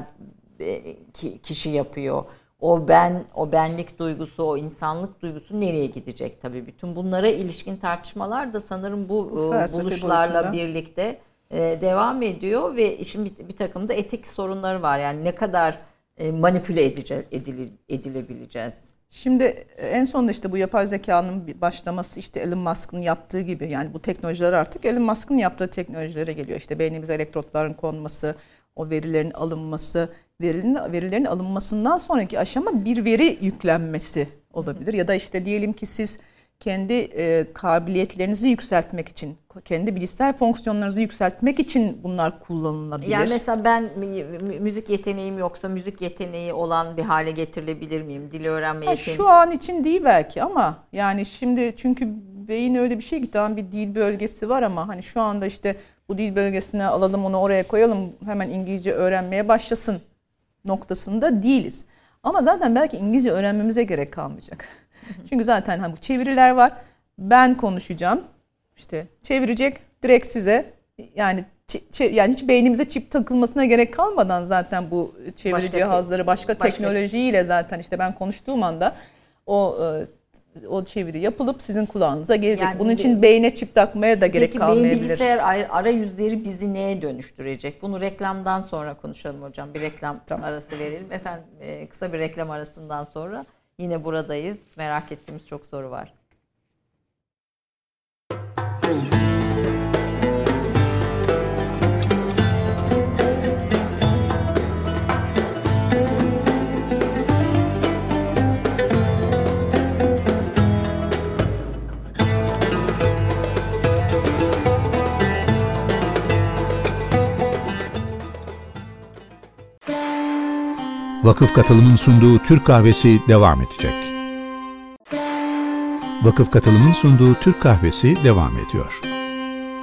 kişi yapıyor? O benlik duygusu, o insanlık duygusu nereye gidecek tabii? Bütün bunlara ilişkin tartışmalar da sanırım bu buluşlarla birlikte devam ediyor ve işin bir takım da etik sorunları var. Yani ne kadar manipüle edilebileceğiz? Şimdi en sonunda işte bu yapay zekanın başlaması işte Elon Musk'ın yaptığı gibi, yani bu teknolojiler artık Elon Musk'ın yaptığı teknolojilere geliyor. İşte beynimize elektrotların konması, o verilerin alınması, verilerin alınmasından sonraki aşama bir veri yüklenmesi olabilir. Ya da işte diyelim ki siz kendi kabiliyetlerinizi yükseltmek için, kendi bilişsel fonksiyonlarınızı yükseltmek için bunlar kullanılabilir. Yani mesela ben müzik yeteneğim yoksa müzik yeteneği olan bir hale getirilebilir miyim? Dil öğrenme yeteneği. Şu an için değil belki ama yani şimdi çünkü beyin öyle bir şey ki tamam bir dil bölgesi var ama hani şu anda işte bu dil bölgesine alalım onu oraya koyalım hemen İngilizce öğrenmeye başlasın noktasında değiliz. Ama zaten belki İngilizce öğrenmemize gerek kalmayacak. Çünkü zaten hani bu çeviriler var. Ben konuşacağım. İşte çevirecek direkt size. Yani yani hiç beynimize çip takılmasına gerek kalmadan zaten bu çeviri cihazları başka teknolojiyle zaten işte ben konuştuğum anda o çeviri yapılıp sizin kulağınıza gelecek. Yani bunun için beyne çip takmaya da gerek kalmayabilir. Peki beyin bilgisayar arayüzleri bizi neye dönüştürecek? Bunu reklamdan sonra konuşalım hocam. Bir reklam arası verelim. Efendim kısa bir reklam arasından sonra yine buradayız. Merak ettiğimiz çok soru var. Vakıf Katılım'ın sunduğu Türk Kahvesi devam edecek. Vakıf Katılım'ın sunduğu Türk Kahvesi devam ediyor.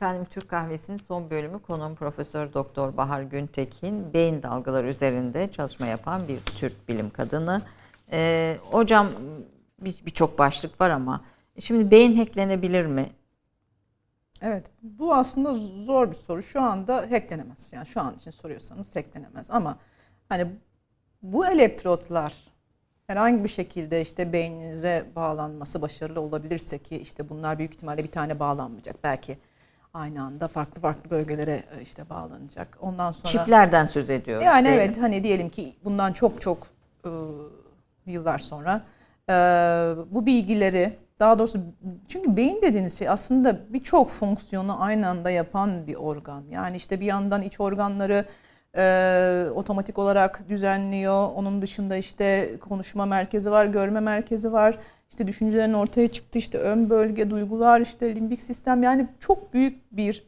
Efendim, Türk Kahvesi'nin son bölümü, konuğum Profesör Doktor Bahar Güntekin, beyin dalgaları üzerinde çalışma yapan bir Türk bilim kadını. Hocam, birçok başlık var ama şimdi beyin hacklenebilir mi? Evet, bu aslında zor bir soru. Şu anda hacklenemez. Yani şu an için soruyorsanız hacklenemez. Ama hani bu elektrotlar herhangi bir şekilde işte beyninize bağlanması başarılı olabilirse, ki işte bunlar büyük ihtimalle bir tane bağlanmayacak. Belki aynı anda farklı bölgelere işte bağlanacak. Ondan sonra çiplerden söz ediyoruz. Yani evet, hani diyelim ki bundan çok yıllar sonra bu bilgileri, daha doğrusu, çünkü beyin dediğiniz şey aslında birçok fonksiyonu aynı anda yapan bir organ. Yani işte bir yandan iç organları otomatik olarak düzenliyor. Onun dışında işte konuşma merkezi var, görme merkezi var. İşte düşüncelerin ortaya çıktı, işte ön bölge, duygular, işte limbik sistem. Yani çok büyük bir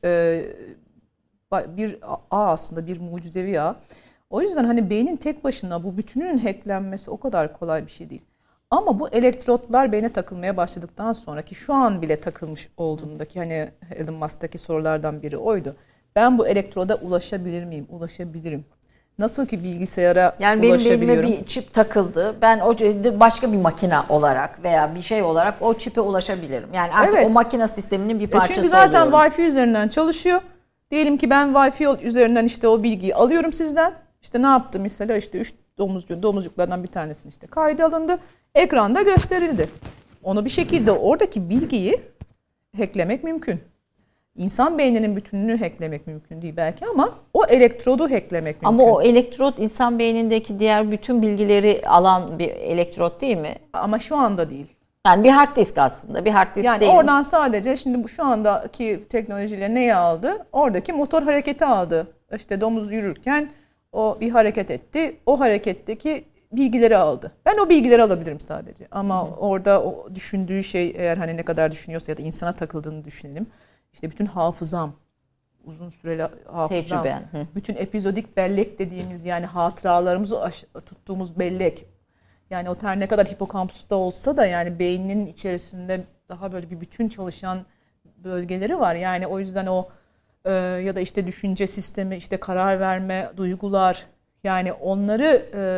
ağ aslında, bir mucizevi ağ. O yüzden hani beynin tek başına bu bütününün hacklenmesi o kadar kolay bir şey değil. Ama bu elektrotlar beyne takılmaya başladıktan sonra, ki şu an bile takılmış olduğundaki, hani Elon Musk'taki sorulardan biri oydu. Ben bu elektroda ulaşabilir miyim? Ulaşabilirim. Nasıl ki bilgisayara yani ulaşabiliyorum. Yani benim bir çip takıldı. Ben o başka bir makine olarak veya bir şey olarak o çipe ulaşabilirim. Yani artık evet, o makine sisteminin bir parçası oluyorum. Çünkü zaten Wi-Fi üzerinden çalışıyor. Diyelim ki ben Wi-Fi üzerinden işte o bilgiyi alıyorum sizden. İşte ne yaptım mesela, işte 3 domuzcuklardan bir tanesini işte kaydı alındı. Ekranda gösterildi. Onu bir şekilde oradaki bilgiyi hacklemek mümkün. İnsan beyninin bütününü hacklemek mümkün değil belki, ama o elektrodu hacklemek mümkün. Ama o elektrot insan beynindeki diğer bütün bilgileri alan bir elektrot değil mi? Ama şu anda değil. Yani bir hard disk aslında. Bir hard disk yani değil. Yani oradan sadece şimdi bu şu andaki teknolojiyle neyi aldı? Oradaki motor hareketi aldı. İşte domuz yürürken o bir hareket etti. O hareketteki bilgileri aldı. Ben o bilgileri alabilirim sadece. Ama orada o düşündüğü şey, eğer hani ne kadar düşünüyorsa ya da insana takıldığını düşünelim. İşte bütün hafızam, uzun süreli hafızam, tecrübe. Bütün epizodik bellek dediğimiz, yani hatıralarımızı tuttuğumuz bellek. Yani o ne kadar hipokampusta olsa da yani beyninin içerisinde daha böyle bir bütün çalışan bölgeleri var. Yani o yüzden o ya da işte düşünce sistemi, işte karar verme, duygular, yani onları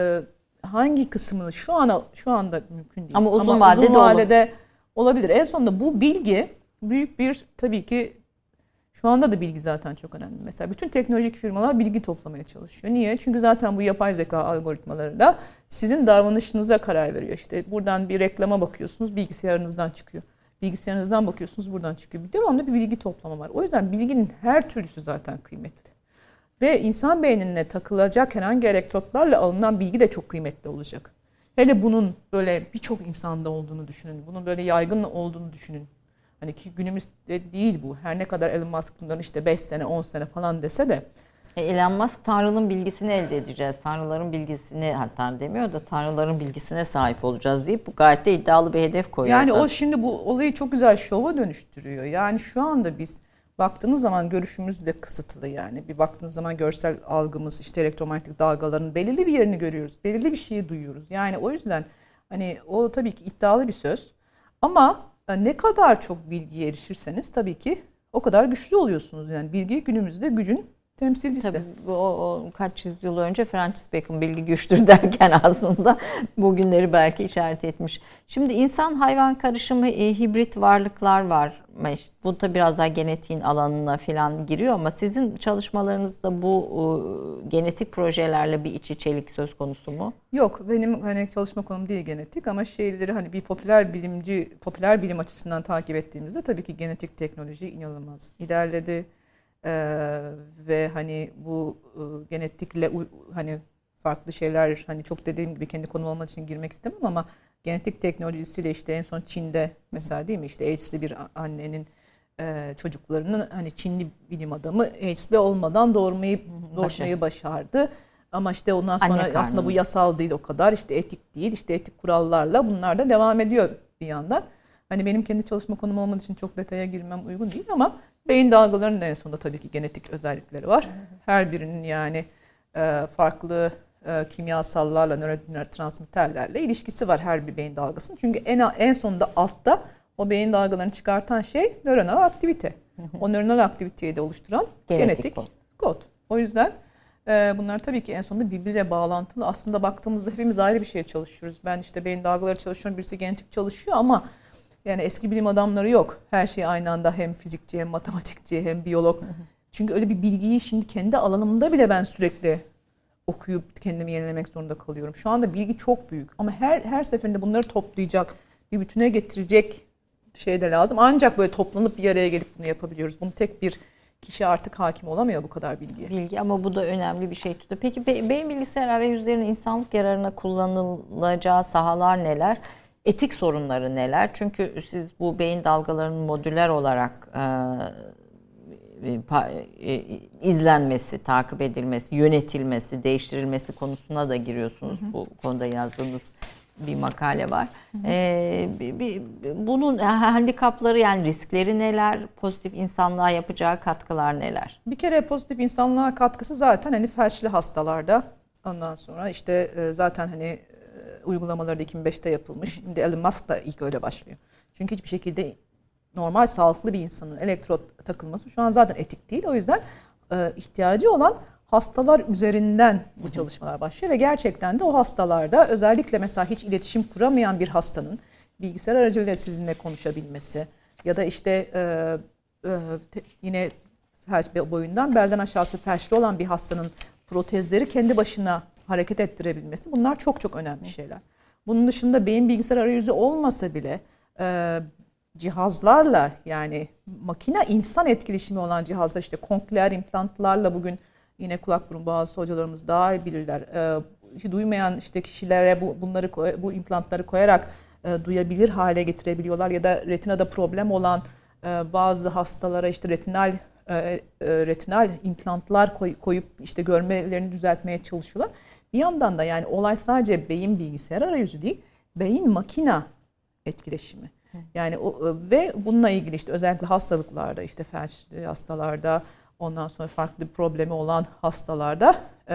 hangi kısmını şu anda mümkün değil. Ama uzun vadede olabilir. En sonunda bu bilgi büyük bir, tabii ki şu anda da bilgi zaten çok önemli. Mesela bütün teknolojik firmalar bilgi toplamaya çalışıyor. Niye? Çünkü zaten bu yapay zeka algoritmalarıyla sizin davranışınıza karar veriyor. İşte buradan bir reklama bakıyorsunuz, bilgisayarınızdan çıkıyor. Bilgisayarınızdan bakıyorsunuz, buradan çıkıyor. Devamlı bir bilgi toplama var. O yüzden bilginin her türlüsü zaten kıymetli. Ve insan beynine takılacak herhangi elektrotlarla alınan bilgi de çok kıymetli olacak. Hele bunun böyle birçok insanda olduğunu düşünün. Bunun böyle yaygın olduğunu düşünün. Hani ki günümüzde değil bu. Her ne kadar Elon Musk bundan işte 5 sene 10 sene falan dese de. Elon Musk Tanrı'nın bilgisini elde edeceğiz. Tanrıların bilgisini, hatta demiyor da Tanrıların bilgisine sahip olacağız deyip bu gayet de iddialı bir hedef koyuyor. Yani o şimdi bu olayı çok güzel şova dönüştürüyor. Yani şu anda biz baktığınız zaman görüşümüz de kısıtlı yani. Bir baktığınız zaman görsel algımız, işte elektromanyetik dalgaların belirli bir yerini görüyoruz. Belirli bir şeyi duyuyoruz. Yani o yüzden hani o tabii ki iddialı bir söz. Ama ne kadar çok bilgiye erişirseniz tabii ki o kadar güçlü oluyorsunuz. Yani bilgi günümüzde gücün temsilcisi. Tabii o kaç yüzyıl önce Francis Bacon bilgi güçtür derken aslında bugünleri belki işaret etmiş. Şimdi insan hayvan karışımı hibrit varlıklar var. Bu da biraz daha genetiğin alanına falan giriyor ama sizin çalışmalarınızda bu genetik projelerle bir iç içelik söz konusu mu? Yok, benim hani çalışma konum değil genetik, ama şeyleri hani bir popüler bilim açısından takip ettiğimizde tabii ki genetik teknoloji inanılmaz ilerledi. Ve hani bu genetikle hani farklı şeyler, hani çok dediğim gibi kendi konum olmadığı için girmek istemem ama genetik teknolojisiyle işte en son Çin'de mesela, değil mi, işte AIDS'li bir annenin çocuklarının, hani Çinli bilim adamı AIDS'li olmadan doğurmayı başardı. Ama işte ondan sonra aslında bu yasal değil o kadar, işte etik değil, işte etik kurallarla bunlar da devam ediyor bir yandan. Hani benim kendi çalışma konum olmadığı için çok detaya girmem uygun değil ama beyin dalgalarının en sonunda tabii ki genetik özellikleri var. Her birinin yani farklı kimyasallarla, nörotransmitterlerle ilişkisi var her bir beyin dalgasının. Çünkü en sonunda altta O beyin dalgalarını çıkartan şey nöronal aktivite. O nöronal aktiviteyi de oluşturan genetik kod. O yüzden bunlar tabii ki en sonunda birbiriyle bağlantılı. Aslında baktığımızda hepimiz ayrı bir şeye çalışıyoruz. Ben işte beyin dalgaları çalışıyorum, birisi genetik çalışıyor ama yani eski bilim adamları yok. Her şey aynı anda hem fizikçi hem matematikçi hem biyolog. Çünkü öyle bir bilgiyi şimdi kendi alanımda bile ben sürekli okuyup kendimi yenilemek zorunda kalıyorum. Şu anda bilgi çok büyük ama her seferinde bunları toplayacak, bir bütüne getirecek şey de lazım. Ancak böyle toplanıp bir araya gelip bunu yapabiliyoruz. Bunu tek bir kişi artık hakim olamıyor bu kadar bilgiye. Bilgi ama bu da önemli bir şey tutuyor. Peki beyin bilgisayar arayüzlerinin insanlık yararına kullanılacağı sahalar neler? Etik sorunları neler? Çünkü siz bu beyin dalgalarının modüler olarak izlenmesi, takip edilmesi, yönetilmesi, değiştirilmesi konusuna da giriyorsunuz. Bu konuda yazdığınız bir makale var. Bunun handikapları yani riskleri neler? Pozitif insanlığa yapacağı katkılar neler? Bir kere pozitif insanlığa katkısı zaten hani felçli hastalarda. Ondan sonra işte zaten hani uygulamaları da 2005'te yapılmış. Şimdi Elon Musk da ilk öyle başlıyor. Çünkü hiçbir şekilde normal sağlıklı bir insanın elektrot takılması şu an zaten etik değil. O yüzden ihtiyacı olan hastalar üzerinden bu çalışmalar başlıyor ve gerçekten de o hastalarda özellikle mesela hiç iletişim kuramayan bir hastanın bilgisayar aracılığıyla sizinle konuşabilmesi ya da işte yine felç boyundan belden aşağısı felçli olan bir hastanın protezleri kendi başına hareket ettirebilmesi, bunlar çok çok önemli şeyler. Bunun dışında beyin bilgisayar arayüzü olmasa bile cihazlarla yani makine insan etkileşimi olan cihazlar işte kokleer implantlarla bugün yine kulak burun boğaz hocalarımız daha iyi bilirler. Duymayan işte kişilere bu implantları koyarak duyabilir hale getirebiliyorlar ya da retinada problem olan bazı hastalara işte retinal implantlar koyup işte görmelerini düzeltmeye çalışıyorlar. Bir yandan da yani olay sadece beyin bilgisayar arayüzü değil, beyin makina etkileşimi. Yani ve bununla ilgili işte özellikle hastalıklarda işte felçli hastalarda ondan sonra farklı bir problemi olan hastalarda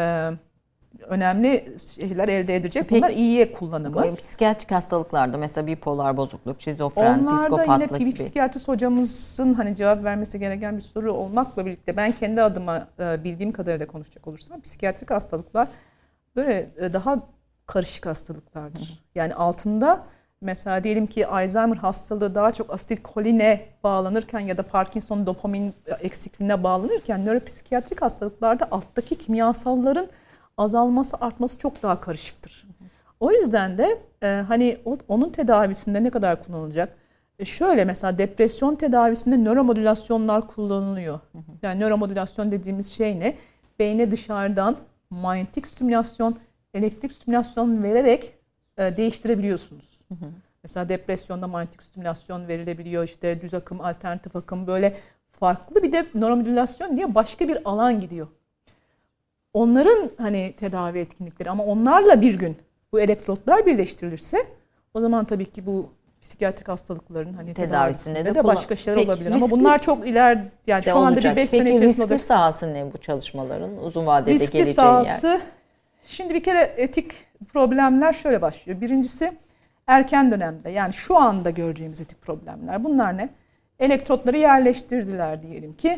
önemli şeyler elde edecek. Peki, bunlar iyiye kullanımı. Psikiyatrik hastalıklarda mesela bipolar bozukluk, şizofren, psikopatlık yine gibi. Yine psikiyatrist hocamızın hani cevap vermesi gereken bir soru olmakla birlikte ben kendi adıma bildiğim kadarıyla konuşacak olursam psikiyatrik hastalıklar böyle daha karışık hastalıklardır. Yani altında mesela diyelim ki Alzheimer hastalığı daha çok asetilkoline bağlanırken ya da Parkinson dopamin eksikliğine bağlanırken nöropsikiyatrik hastalıklarda alttaki kimyasalların azalması, artması çok daha karışıktır. O yüzden de hani onun tedavisinde ne kadar kullanılacak? Şöyle mesela depresyon tedavisinde nöromodülasyonlar kullanılıyor. Yani nöromodülasyon dediğimiz şey ne? Beyne dışarıdan manyetik stimülasyon, elektrik stimülasyon vererek değiştirebiliyorsunuz. Mesela depresyonda manyetik stimülasyon verilebiliyor. İşte düz akım, alternatif akım böyle farklı bir de nöromodülasyon diye başka bir alan gidiyor. Onların hani tedavi etkinlikleri ama onlarla bir gün bu elektrotlar birleştirilirse o zaman tabii ki bu psikiyatrik hastalıkların hani tedavisinde de başka şeyler olabilir. Ama bunlar çok iler yani şu anda bir 5 sene içerisinde olacak. Peki riskli sahası ne bu çalışmaların uzun vadede riskli geleceği sahası, yer? Şimdi bir kere etik problemler şöyle başlıyor. Birincisi erken dönemde yani şu anda göreceğimiz etik problemler. Bunlar ne? Elektrotları yerleştirdiler diyelim ki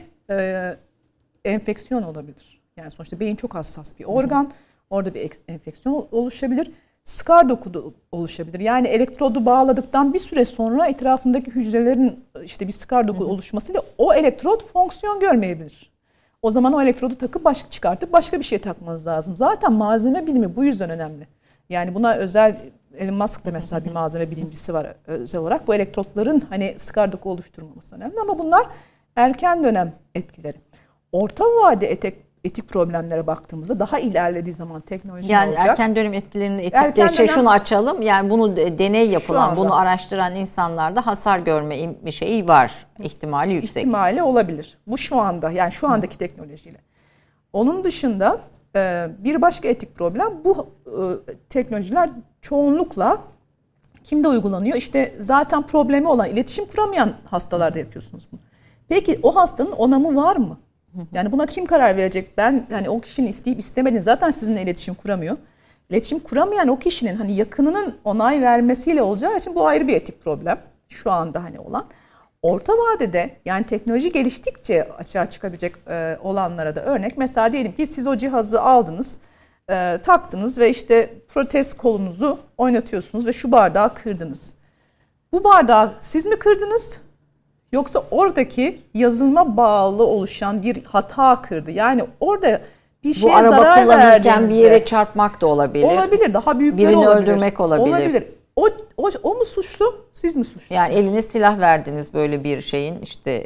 enfeksiyon olabilir. Yani sonuçta beyin çok hassas bir organ. Orada bir enfeksiyon oluşabilir. Skar doku oluşabilir. Yani elektrodu bağladıktan bir süre sonra etrafındaki hücrelerin işte bir skar doku oluşmasıyla o elektrot fonksiyon görmeyebilir. O zaman o elektrodu takıp çıkartıp başka bir şey takmanız lazım. Zaten malzeme bilimi bu yüzden önemli. Yani buna özel Elon Musk da mesela bir malzeme bilimcisi var özel olarak. Bu elektrotların hani skar doku oluşturmaması önemli ama bunlar erken dönem etkileri. Orta vade etik problemlere baktığımızda daha ilerlediği zaman teknoloji yani olacak. Erken dönem etkilerini etikte şunu açalım. Yani bunu deney yapılan, bunu araştıran insanlarda hasar görme şeyi var. İhtimali yüksek. İhtimali olabilir. Bu şu anda yani şu andaki teknolojiyle. Onun dışında bir başka etik problem bu teknolojiler çoğunlukla kimde uygulanıyor? İşte zaten problemi olan iletişim kuramayan hastalarda yapıyorsunuz bunu. Peki o hastanın onamı var mı? Yani buna kim karar verecek? Ben hani o kişinin isteyip istemediğini zaten sizinle iletişim kuramıyor. İletişim kuramayan o kişinin hani yakınının onay vermesiyle olacağı için bu ayrı bir etik problem. şu anda hani olan. Orta vadede yani teknoloji geliştikçe açığa çıkabilecek olanlara da örnek. Mesela diyelim ki siz o cihazı aldınız, taktınız ve işte protez kolunuzu oynatıyorsunuz ve şu bardağı kırdınız. Bu bardağı siz mi kırdınız? Yoksa oradaki yazılıma bağlı oluşan bir hata kırdı. Yani orada bir şeye zarar verdiğinizde. Bu araba kullanırken bir yere çarpmak da olabilir. Olabilir. Daha büyükleri birini olabilir. Öldürmek olabilir. Olabilir. O mu suçlu? Siz mi suçlusunuz? Yani eline silah verdiniz böyle bir şeyin işte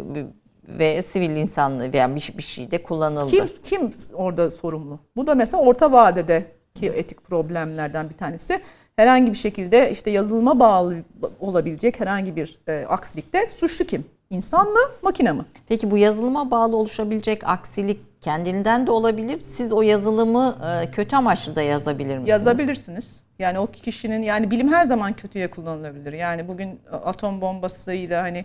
ve sivil insanlığı veya bir şey de kullanıldı. Kim orada sorumlu? Bu da mesela orta vadedeki etik problemlerden bir tanesi. Herhangi bir şekilde işte yazılıma bağlı olabilecek herhangi bir aksilikte suçlu kim? İnsan mı, makine mi? Peki bu yazılıma bağlı oluşabilecek aksilik kendinden de olabilir. Siz o yazılımı kötü amaçlı da yazabilir misiniz? Yazabilirsiniz. Yani o kişinin yani bilim her zaman kötüye kullanılabilir. Yani bugün atom bombasıyla hani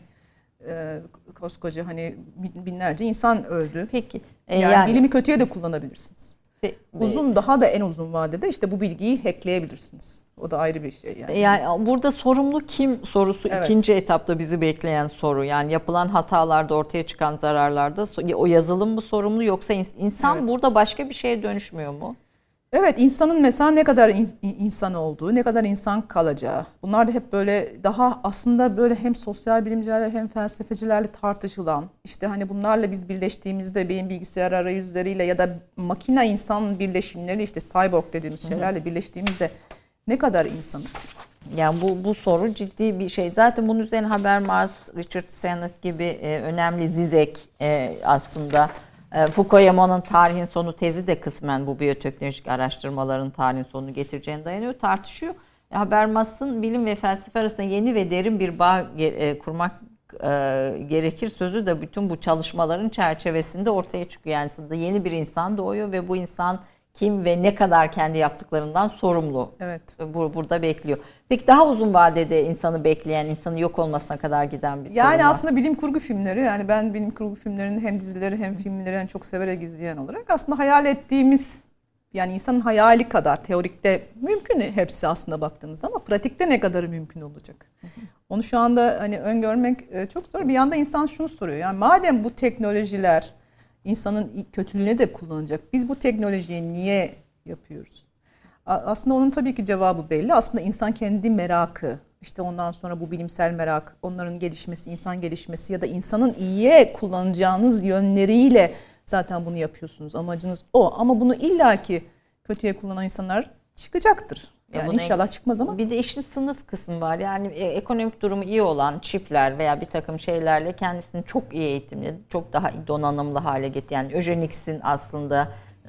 koskoca hani binlerce insan öldü. Peki. Yani bilimi kötüye de kullanabilirsiniz. Daha da en uzun vadede işte bu bilgiyi hackleyebilirsiniz. O da ayrı bir şey yani. Yani burada sorumlu kim sorusu ikinci etapta bizi bekleyen soru. Yani yapılan hatalarda ortaya çıkan zararlarda o yazılım mı sorumlu yoksa insan burada başka bir şeye dönüşmüyor mu? Evet, insanın mesela ne kadar insan olduğu, ne kadar insan kalacağı. Bunlar da hep böyle daha aslında böyle hem sosyal bilimcilerle hem felsefecilerle tartışılan. İşte hani bunlarla biz birleştiğimizde beyin bilgisayar arayüzleriyle ya da makine insan birleşimleri işte cyborg dediğimiz şeylerle birleştiğimizde ne kadar insanız? Yani bu soru ciddi bir şey. Zaten bunun üzerine Habermas, Richard Sennett gibi önemli Zizek aslında Fukuyama'nın tarihin sonu tezi de kısmen bu biyoteknolojik araştırmaların tarihin sonunu getireceğine dayanıyor, tartışıyor. Habermas'ın bilim ve felsefe arasında yeni ve derin bir bağ kurmak gerekir sözü de bütün bu çalışmaların çerçevesinde ortaya çıkıyor. Yani yeni bir insan doğuyor ve bu insan kim ve ne kadar kendi yaptıklarından sorumlu. Evet. Burada bekliyor. Peki daha uzun vadede insanı bekleyen, insanın yok olmasına kadar giden bir sorun var. Yani aslında bilim kurgu filmleri, yani ben bilim kurgu filmlerini hem dizileri hem filmleri çok severek izleyen olarak aslında hayal ettiğimiz, yani insanın hayali kadar teorikte mümkün hepsi aslında baktığımızda ama pratikte ne kadarı mümkün olacak? Onu şu anda hani öngörmek çok zor. Bir yanda insan şunu soruyor. Yani madem bu teknolojiler insanın kötülüğüne de kullanacak, biz bu teknolojiyi niye yapıyoruz? Aslında onun tabii ki cevabı belli. Aslında insan kendi merakı, işte ondan sonra bu bilimsel merak, onların gelişmesi, insan gelişmesi ya da insanın iyiye kullanacağınız yönleriyle zaten bunu yapıyorsunuz. Amacınız o. Ama bunu illaki kötüye kullanan insanlar çıkacaktır. Yani inşallah çıkmaz ama. Bir de işin sınıf kısmı var. Yani ekonomik durumu iyi olan çipler veya bir takım şeylerle kendisini çok iyi eğitimli, çok daha donanımlı hale getiren, yani Eugenics'in aslında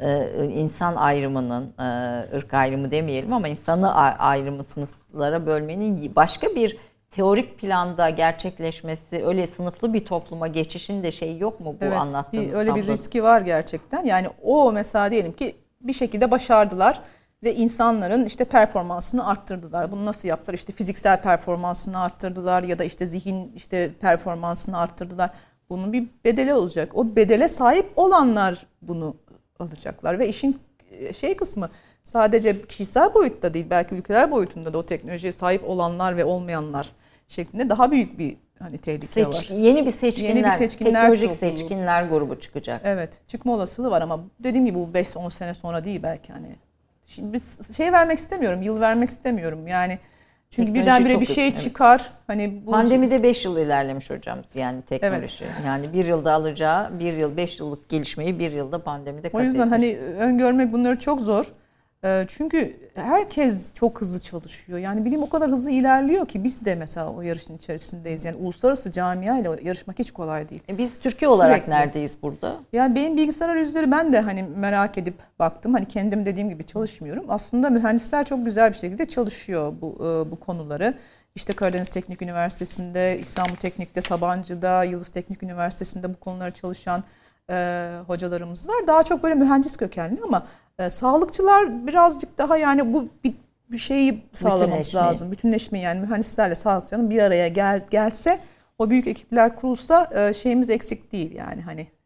insan ayrımının, ırk ayrımı demeyelim ama insanı ayrımı sınıflara bölmenin başka bir teorik planda gerçekleşmesi, öyle sınıflı bir topluma geçişin de şey yok mu bu anlattığınız? Öyle bir riski var gerçekten. Yani o mesela diyelim ki bir şekilde başardılar ve insanların işte performansını arttırdılar. Bunu nasıl yaptılar? İşte fiziksel performansını arttırdılar ya da işte zihin işte performansını arttırdılar. Bunun bir bedeli olacak. O bedele sahip olanlar bunu alacaklar ve işin şey kısmı sadece kişisel boyutta değil, belki ülkeler boyutunda da o teknolojiye sahip olanlar ve olmayanlar şeklinde daha büyük bir hani tehlike var. Yeni bir seçkinler teknolojik seçkinler grubu çıkacak. Evet, çıkma olasılığı var ama dediğim gibi bu 5-10 sene sonra değil belki hani. Şimdi biz şey vermek istemiyorum, yıl vermek istemiyorum yani. Çünkü birdenbire bir şey çıkar. Hani bu pandemide 5 yıl ilerlemiş hocam yani teknoloji. Evet. Yani bir yılda alacağı 5 yıllık gelişmeyi bir yılda pandemide kat etmiş. O yüzden hani öngörmek bunları çok zor. Çünkü herkes çok hızlı çalışıyor. Yani bilim o kadar hızlı ilerliyor ki biz de mesela o yarışın içerisindeyiz. Yani uluslararası camiayla yarışmak hiç kolay değil. Biz Türkiye olarak neredeyiz burada? Yani benim bilgisayar arayüzleri ben de hani merak edip baktım. Hani kendim dediğim gibi çalışmıyorum. Aslında mühendisler çok güzel bir şekilde çalışıyor bu konuları. İşte Karadeniz Teknik Üniversitesi'nde, İstanbul Teknik'te, Sabancı'da, Yıldız Teknik Üniversitesi'nde bu konuları çalışan hocalarımız var. Daha çok böyle mühendis kökenli ama sağlıkçılar birazcık daha yani bu bir şeyi sağlamamız lazım. Bütünleşme yani mühendislerle sağlıkçıların bir araya gelse o büyük ekipler kurulsa şeyimiz eksik değil yani hani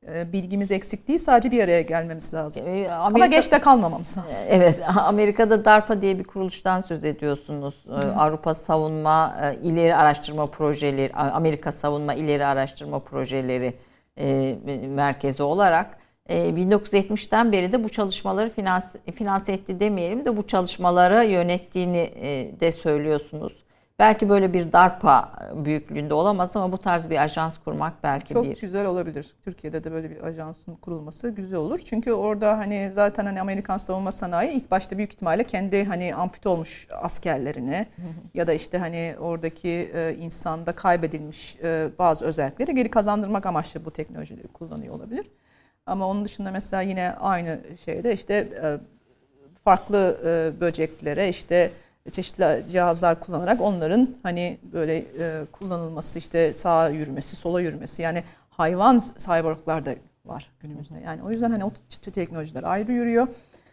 bilgimiz eksik değil, sadece bir araya gelmemiz lazım. Ama geç de kalmamamız lazım. Evet, Amerika'da DARPA diye bir kuruluştan söz ediyorsunuz. Avrupa Savunma İleri Araştırma Projeleri, Amerika Savunma İleri Araştırma Projeleri merkezi olarak 1970'ten beri de bu çalışmaları finanse etti demeyelim de bu çalışmaları yönettiğini de söylüyorsunuz. Belki böyle bir DARPA büyüklüğünde olamaz ama bu tarz bir ajans kurmak belki çok güzel olabilir. Türkiye'de de böyle bir ajansın kurulması güzel olur. Çünkü orada hani zaten hani Amerikan savunma sanayi ilk başta büyük ihtimalle kendi hani ampute olmuş askerlerini ya da işte hani oradaki insanda kaybedilmiş bazı özellikleri geri kazandırmak amaçlı bu teknolojileri kullanıyor olabilir. Ama onun dışında mesela yine aynı şeyde işte farklı böceklere işte çeşitli cihazlar kullanarak onların hani böyle kullanılması, işte sağa yürümesi, sola yürümesi, yani hayvan cyborglar da var günümüzde. Yani o yüzden hani o çeşitli teknolojiler ayrı yürüyor.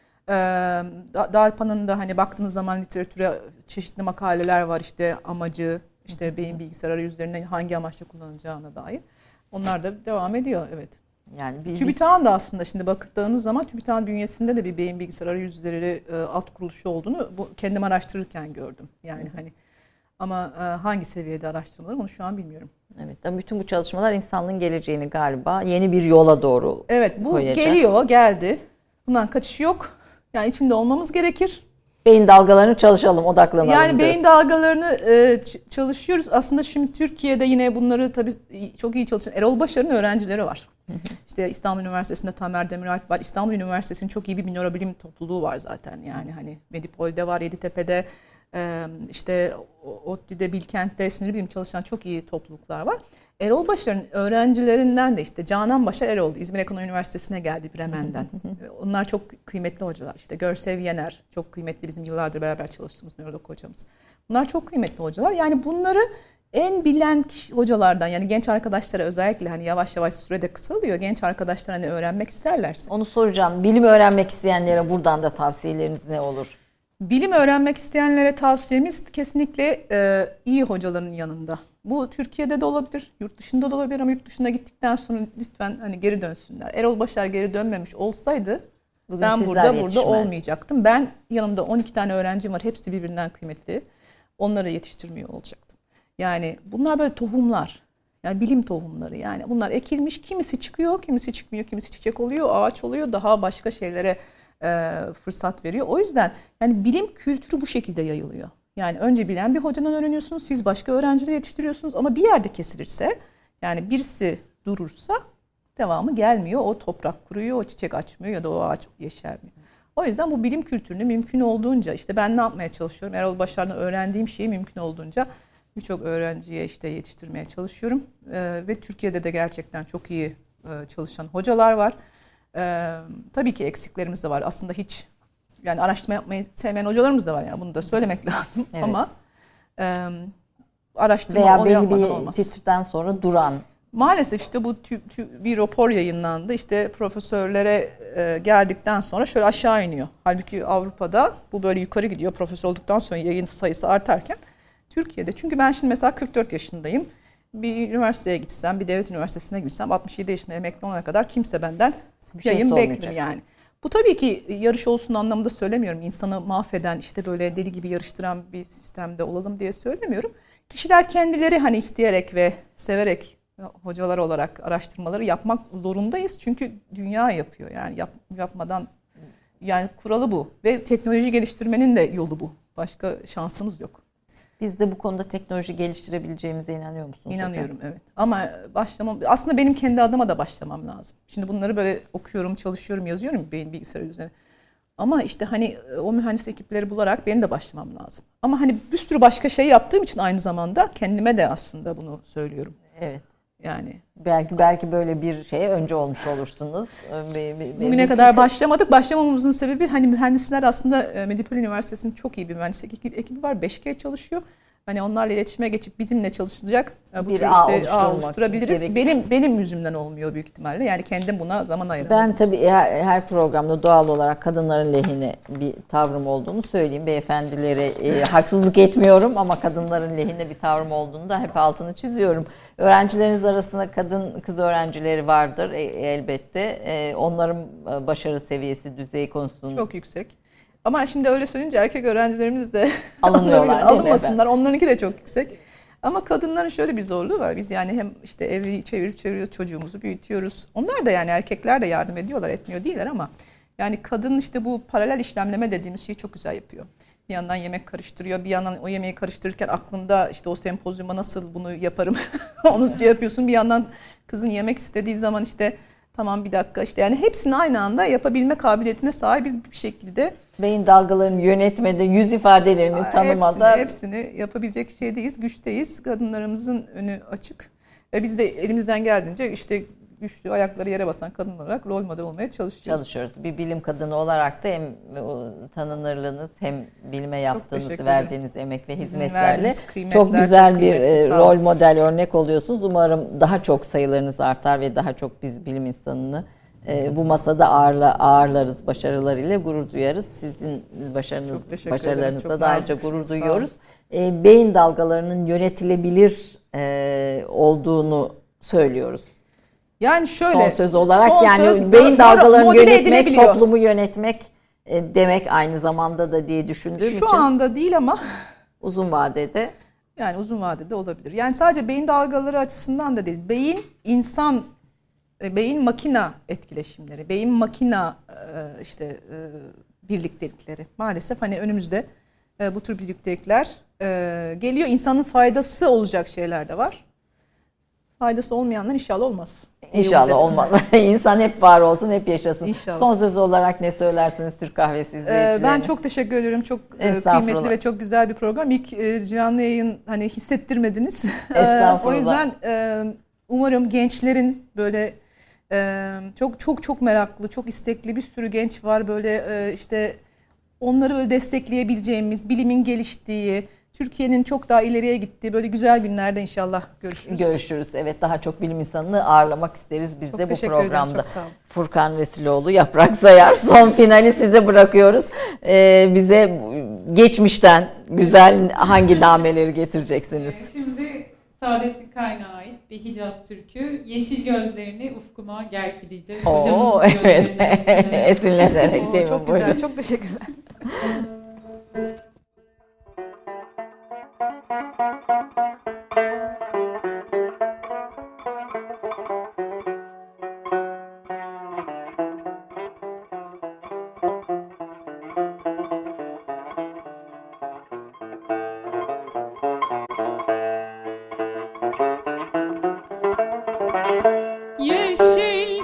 DARPA'nın da hani baktığınız zaman literatüre çeşitli makaleler var, işte amacı, işte beyin bilgisayar arayüzlerinin hangi amaçla kullanılacağına dair. Onlar da devam ediyor, evet. Yani TÜBİTAK'ın da aslında şimdi bakıldığınız zaman TÜBİTAK'ın bünyesinde de bir beyin bilgisayar arayüzleri alt kuruluşu olduğunu kendim araştırırken gördüm. Yani hani ama hangi seviyede araştırmalar onu şu an bilmiyorum. Evet, bütün bu çalışmalar insanlığın geleceğini galiba yeni bir yola doğru bu koyacak. Geldi. Bundan kaçışı yok. Yani içinde olmamız gerekir. Beyin dalgalarını çalışalım, odaklanalım. Yani beyin dalgalarını çalışıyoruz. Aslında şimdi Türkiye'de yine bunları tabii çok iyi çalışan Erol Başar'ın öğrencileri var. İşte İstanbul Üniversitesi'nde Tamer Demiralp var. İstanbul Üniversitesi'nin çok iyi bir nörobilim topluluğu var zaten. Yani hani Medipol'de var, Yeditepe'de, işte ODTÜ'de, Bilkent'te sinir bilim çalışan çok iyi topluluklar var. Erol Başar'ın öğrencilerinden de işte Canan Başar Eroğlu İzmir Ekonomi Üniversitesi'ne geldi Bremen'den. Onlar çok kıymetli hocalar. İşte Görsev Yener çok kıymetli, bizim yıllardır beraber çalıştığımız nörolog hocamız. Bunlar çok kıymetli hocalar. Yani bunları en bilen hocalardan, yani genç arkadaşlara özellikle hani yavaş yavaş sürede kısalıyor. Genç arkadaşlar hani öğrenmek isterlerse. Onu soracağım. Bilim öğrenmek isteyenlere buradan da tavsiyeleriniz ne olur? Bilim öğrenmek isteyenlere tavsiyemiz kesinlikle iyi hocaların yanında. Bu Türkiye'de de olabilir, yurt dışında da olabilir ama yurt dışına gittikten sonra lütfen hani geri dönsünler. Erol Başar geri dönmemiş olsaydı bugün ben burada olmayacaktım. Ben yanımda 12 tane öğrencim var, hepsi birbirinden kıymetli. Onları yetiştirmiyor olacaktım. Yani bunlar böyle tohumlar. Yani bilim tohumları. Yani bunlar ekilmiş, kimisi çıkıyor, kimisi çıkmıyor, kimisi çiçek oluyor, ağaç oluyor, daha başka şeylere fırsat veriyor. O yüzden yani bilim kültürü bu şekilde yayılıyor. Yani önce bilen bir hocadan öğreniyorsunuz, siz başka öğrencileri yetiştiriyorsunuz ama bir yerde kesilirse, yani birisi durursa devamı gelmiyor. O toprak kuruyor, o çiçek açmıyor ya da o ağaç yeşermiyor. O yüzden bu bilim kültürünü mümkün olduğunca, işte ben ne yapmaya çalışıyorum? Erol Başar'dan öğrendiğim şeyi mümkün olduğunca birçok öğrenciye işte yetiştirmeye çalışıyorum. Ve Türkiye'de de gerçekten çok iyi çalışan hocalar var. Tabii ki eksiklerimiz de var. Aslında hiç yani araştırma yapmayı sevmeyen hocalarımız da var. Yani bunu da söylemek lazım. Evet. Ama araştırma veya belli bir titrden sonra duran. Maalesef işte bu bir rapor yayınlandı. İşte profesörlere geldikten sonra şöyle aşağı iniyor. Halbuki Avrupa'da bu böyle yukarı gidiyor. Profesör olduktan sonra yayın sayısı artarken Türkiye'de. Çünkü ben şimdi mesela 44 yaşındayım. Bir üniversiteye gitsem, bir devlet üniversitesine gitsem 67 yaşında emekli olana kadar kimse benden yayın bekliyor yani. Bu tabii ki yarış olsun anlamında söylemiyorum. İnsanı mahveden, işte böyle deli gibi yarıştıran bir sistemde olalım diye söylemiyorum. Kişiler kendileri hani isteyerek ve severek hocalar olarak araştırmaları yapmak zorundayız. Çünkü dünya yapıyor yani yapmadan, yani kuralı bu. Ve teknoloji geliştirmenin de yolu bu. Başka şansımız yok. Biz de bu konuda teknoloji geliştirebileceğimize inanıyor musunuz? İnanıyorum, evet. Ama aslında benim kendi adıma da başlamam lazım. Şimdi bunları böyle okuyorum, çalışıyorum, yazıyorum beyin bilgisayarı üzerine. Ama işte hani o mühendis ekipleri bularak benim de başlamam lazım. Ama hani bir sürü başka şey yaptığım için aynı zamanda kendime de aslında bunu söylüyorum. Evet. Yani belki böyle bir şeye önce olmuş olursunuz. Bugüne kadar başlamadık. Başlamamamızın sebebi hani mühendisler aslında Medipol Üniversitesi'nin çok iyi bir mühendislik ekibi var. 5G çalışıyor. Hani onlarla iletişime geçip bizimle çalışacak bu bir tür işte oluşturabiliriz. Benim yüzümden olmuyor büyük ihtimalle. Yani kendim buna zaman ayıramadım. Ben tabii her programda doğal olarak kadınların lehine bir tavrım olduğunu söyleyeyim. Beyefendilere haksızlık etmiyorum ama kadınların lehine bir tavrım olduğunu da hep altını çiziyorum. Öğrencileriniz arasında kız öğrencileri vardır elbette. Onların başarı seviyesi, düzeyi konusunda çok yüksek. Ama şimdi öyle söyleyince erkek öğrencilerimiz de alınıyorlar. Alınmasınlar. Onlarınki de çok yüksek. Ama kadınların şöyle bir zorluğu var. Biz yani hem işte evi çeviriyoruz, çocuğumuzu büyütüyoruz. Onlar da yani erkekler de yardım ediyorlar, etmiyor değiller ama yani kadın işte bu paralel işlemleme dediğimiz şeyi çok güzel yapıyor. Bir yandan yemek karıştırıyor, bir yandan o yemeği karıştırırken aklında işte o sempozyuma nasıl bunu yaparım onu şey yapıyorsun. Bir yandan kızın yemek istediği zaman işte tamam bir dakika işte yani hepsini aynı anda yapabilme kabiliyetine sahibiz bir şekilde. Beyin dalgalarını yönetmede, yüz ifadelerini tanımada. Hepsini yapabilecek şeydeyiz, güçteyiz. Kadınlarımızın önü açık. Ve biz de elimizden geldiğince işte güçlü, ayakları yere basan kadın olarak rol model olmaya çalışıyoruz. Bir bilim kadını olarak da hem tanınırlığınız hem bilime yaptığınız, verdiğiniz emek ve hizmetlerle çok güzel bir rol model örnek oluyorsunuz. Umarım daha çok sayılarınız artar ve daha çok biz bilim insanını bu masada ağırlarız, başarılarıyla gurur duyarız. Sizin başarılarınızla da ayrıca gurur duyuyoruz. Beyin dalgalarının yönetilebilir olduğunu söylüyoruz. Yani şöyle son söz olarak beyin dalgalarını yönetmek, toplumu yönetmek demek aynı zamanda da diye düşündüğüm için. Şu anda değil ama uzun vadede. Yani uzun vadede olabilir. Yani sadece beyin dalgaları açısından da değil. Beyin makina etkileşimleri, beyin makina birliktelikleri. Maalesef hani önümüzde bu tür birliktelikler geliyor. İnsanın faydası olacak şeyler de var. Faydası olmayanlar inşallah olmaz. İnşallah olmaz. İnsan hep var olsun, hep yaşasın. İnşallah. Son söz olarak ne söylersiniz Türk Kahvesi izleyicilerine? Ben çok teşekkür ediyorum. Çok kıymetli ve çok güzel bir program. İlk canlı yayın hani hissettirmediniz. Estağfurullah. O yüzden umarım gençlerin böyle çok meraklı, çok istekli bir sürü genç var. Böyle işte onları böyle destekleyebileceğimiz, bilimin geliştiği, Türkiye'nin çok daha ileriye gittiği böyle güzel günlerde inşallah görüşürüz. Evet, daha çok bilim insanını ağırlamak isteriz biz çok de bu programda. Ederim, çok sağ olun. Furkan Vesiloğlu, Yaprak Sayar. Son finali size bırakıyoruz. Bize geçmişten güzel hangi nameleri getireceksiniz? Şimdi Saadettin Kaynağı ait bir Hicaz türkü. Yeşil gözlerini ufkuma gerki diyeceğiz. Evet. Esinlenerek değil mi? Çok güzel, çok teşekkürler. Yeşil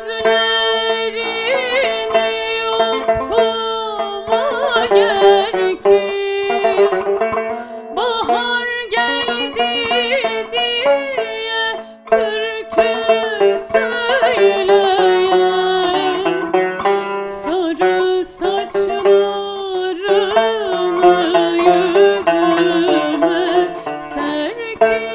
gözlerini ufkuma gerki bahar geldi diye türkü söyleyen sarı saçlarını yüzüme serki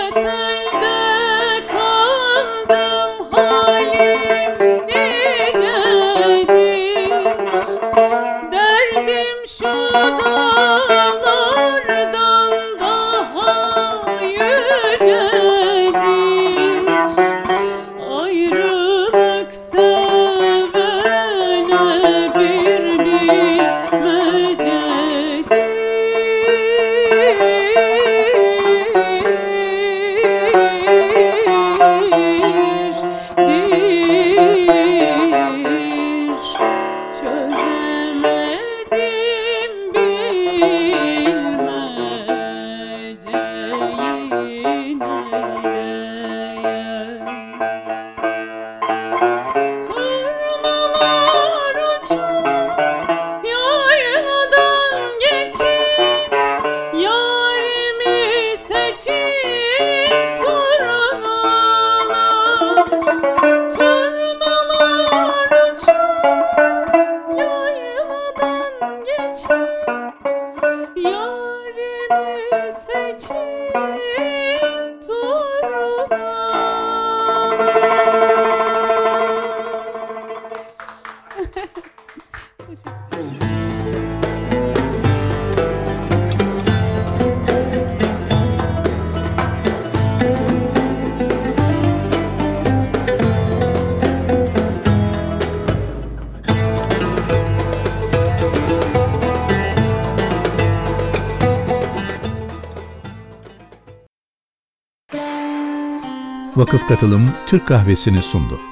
Vakıf Katılım Türk Kahvesi'ni sundu.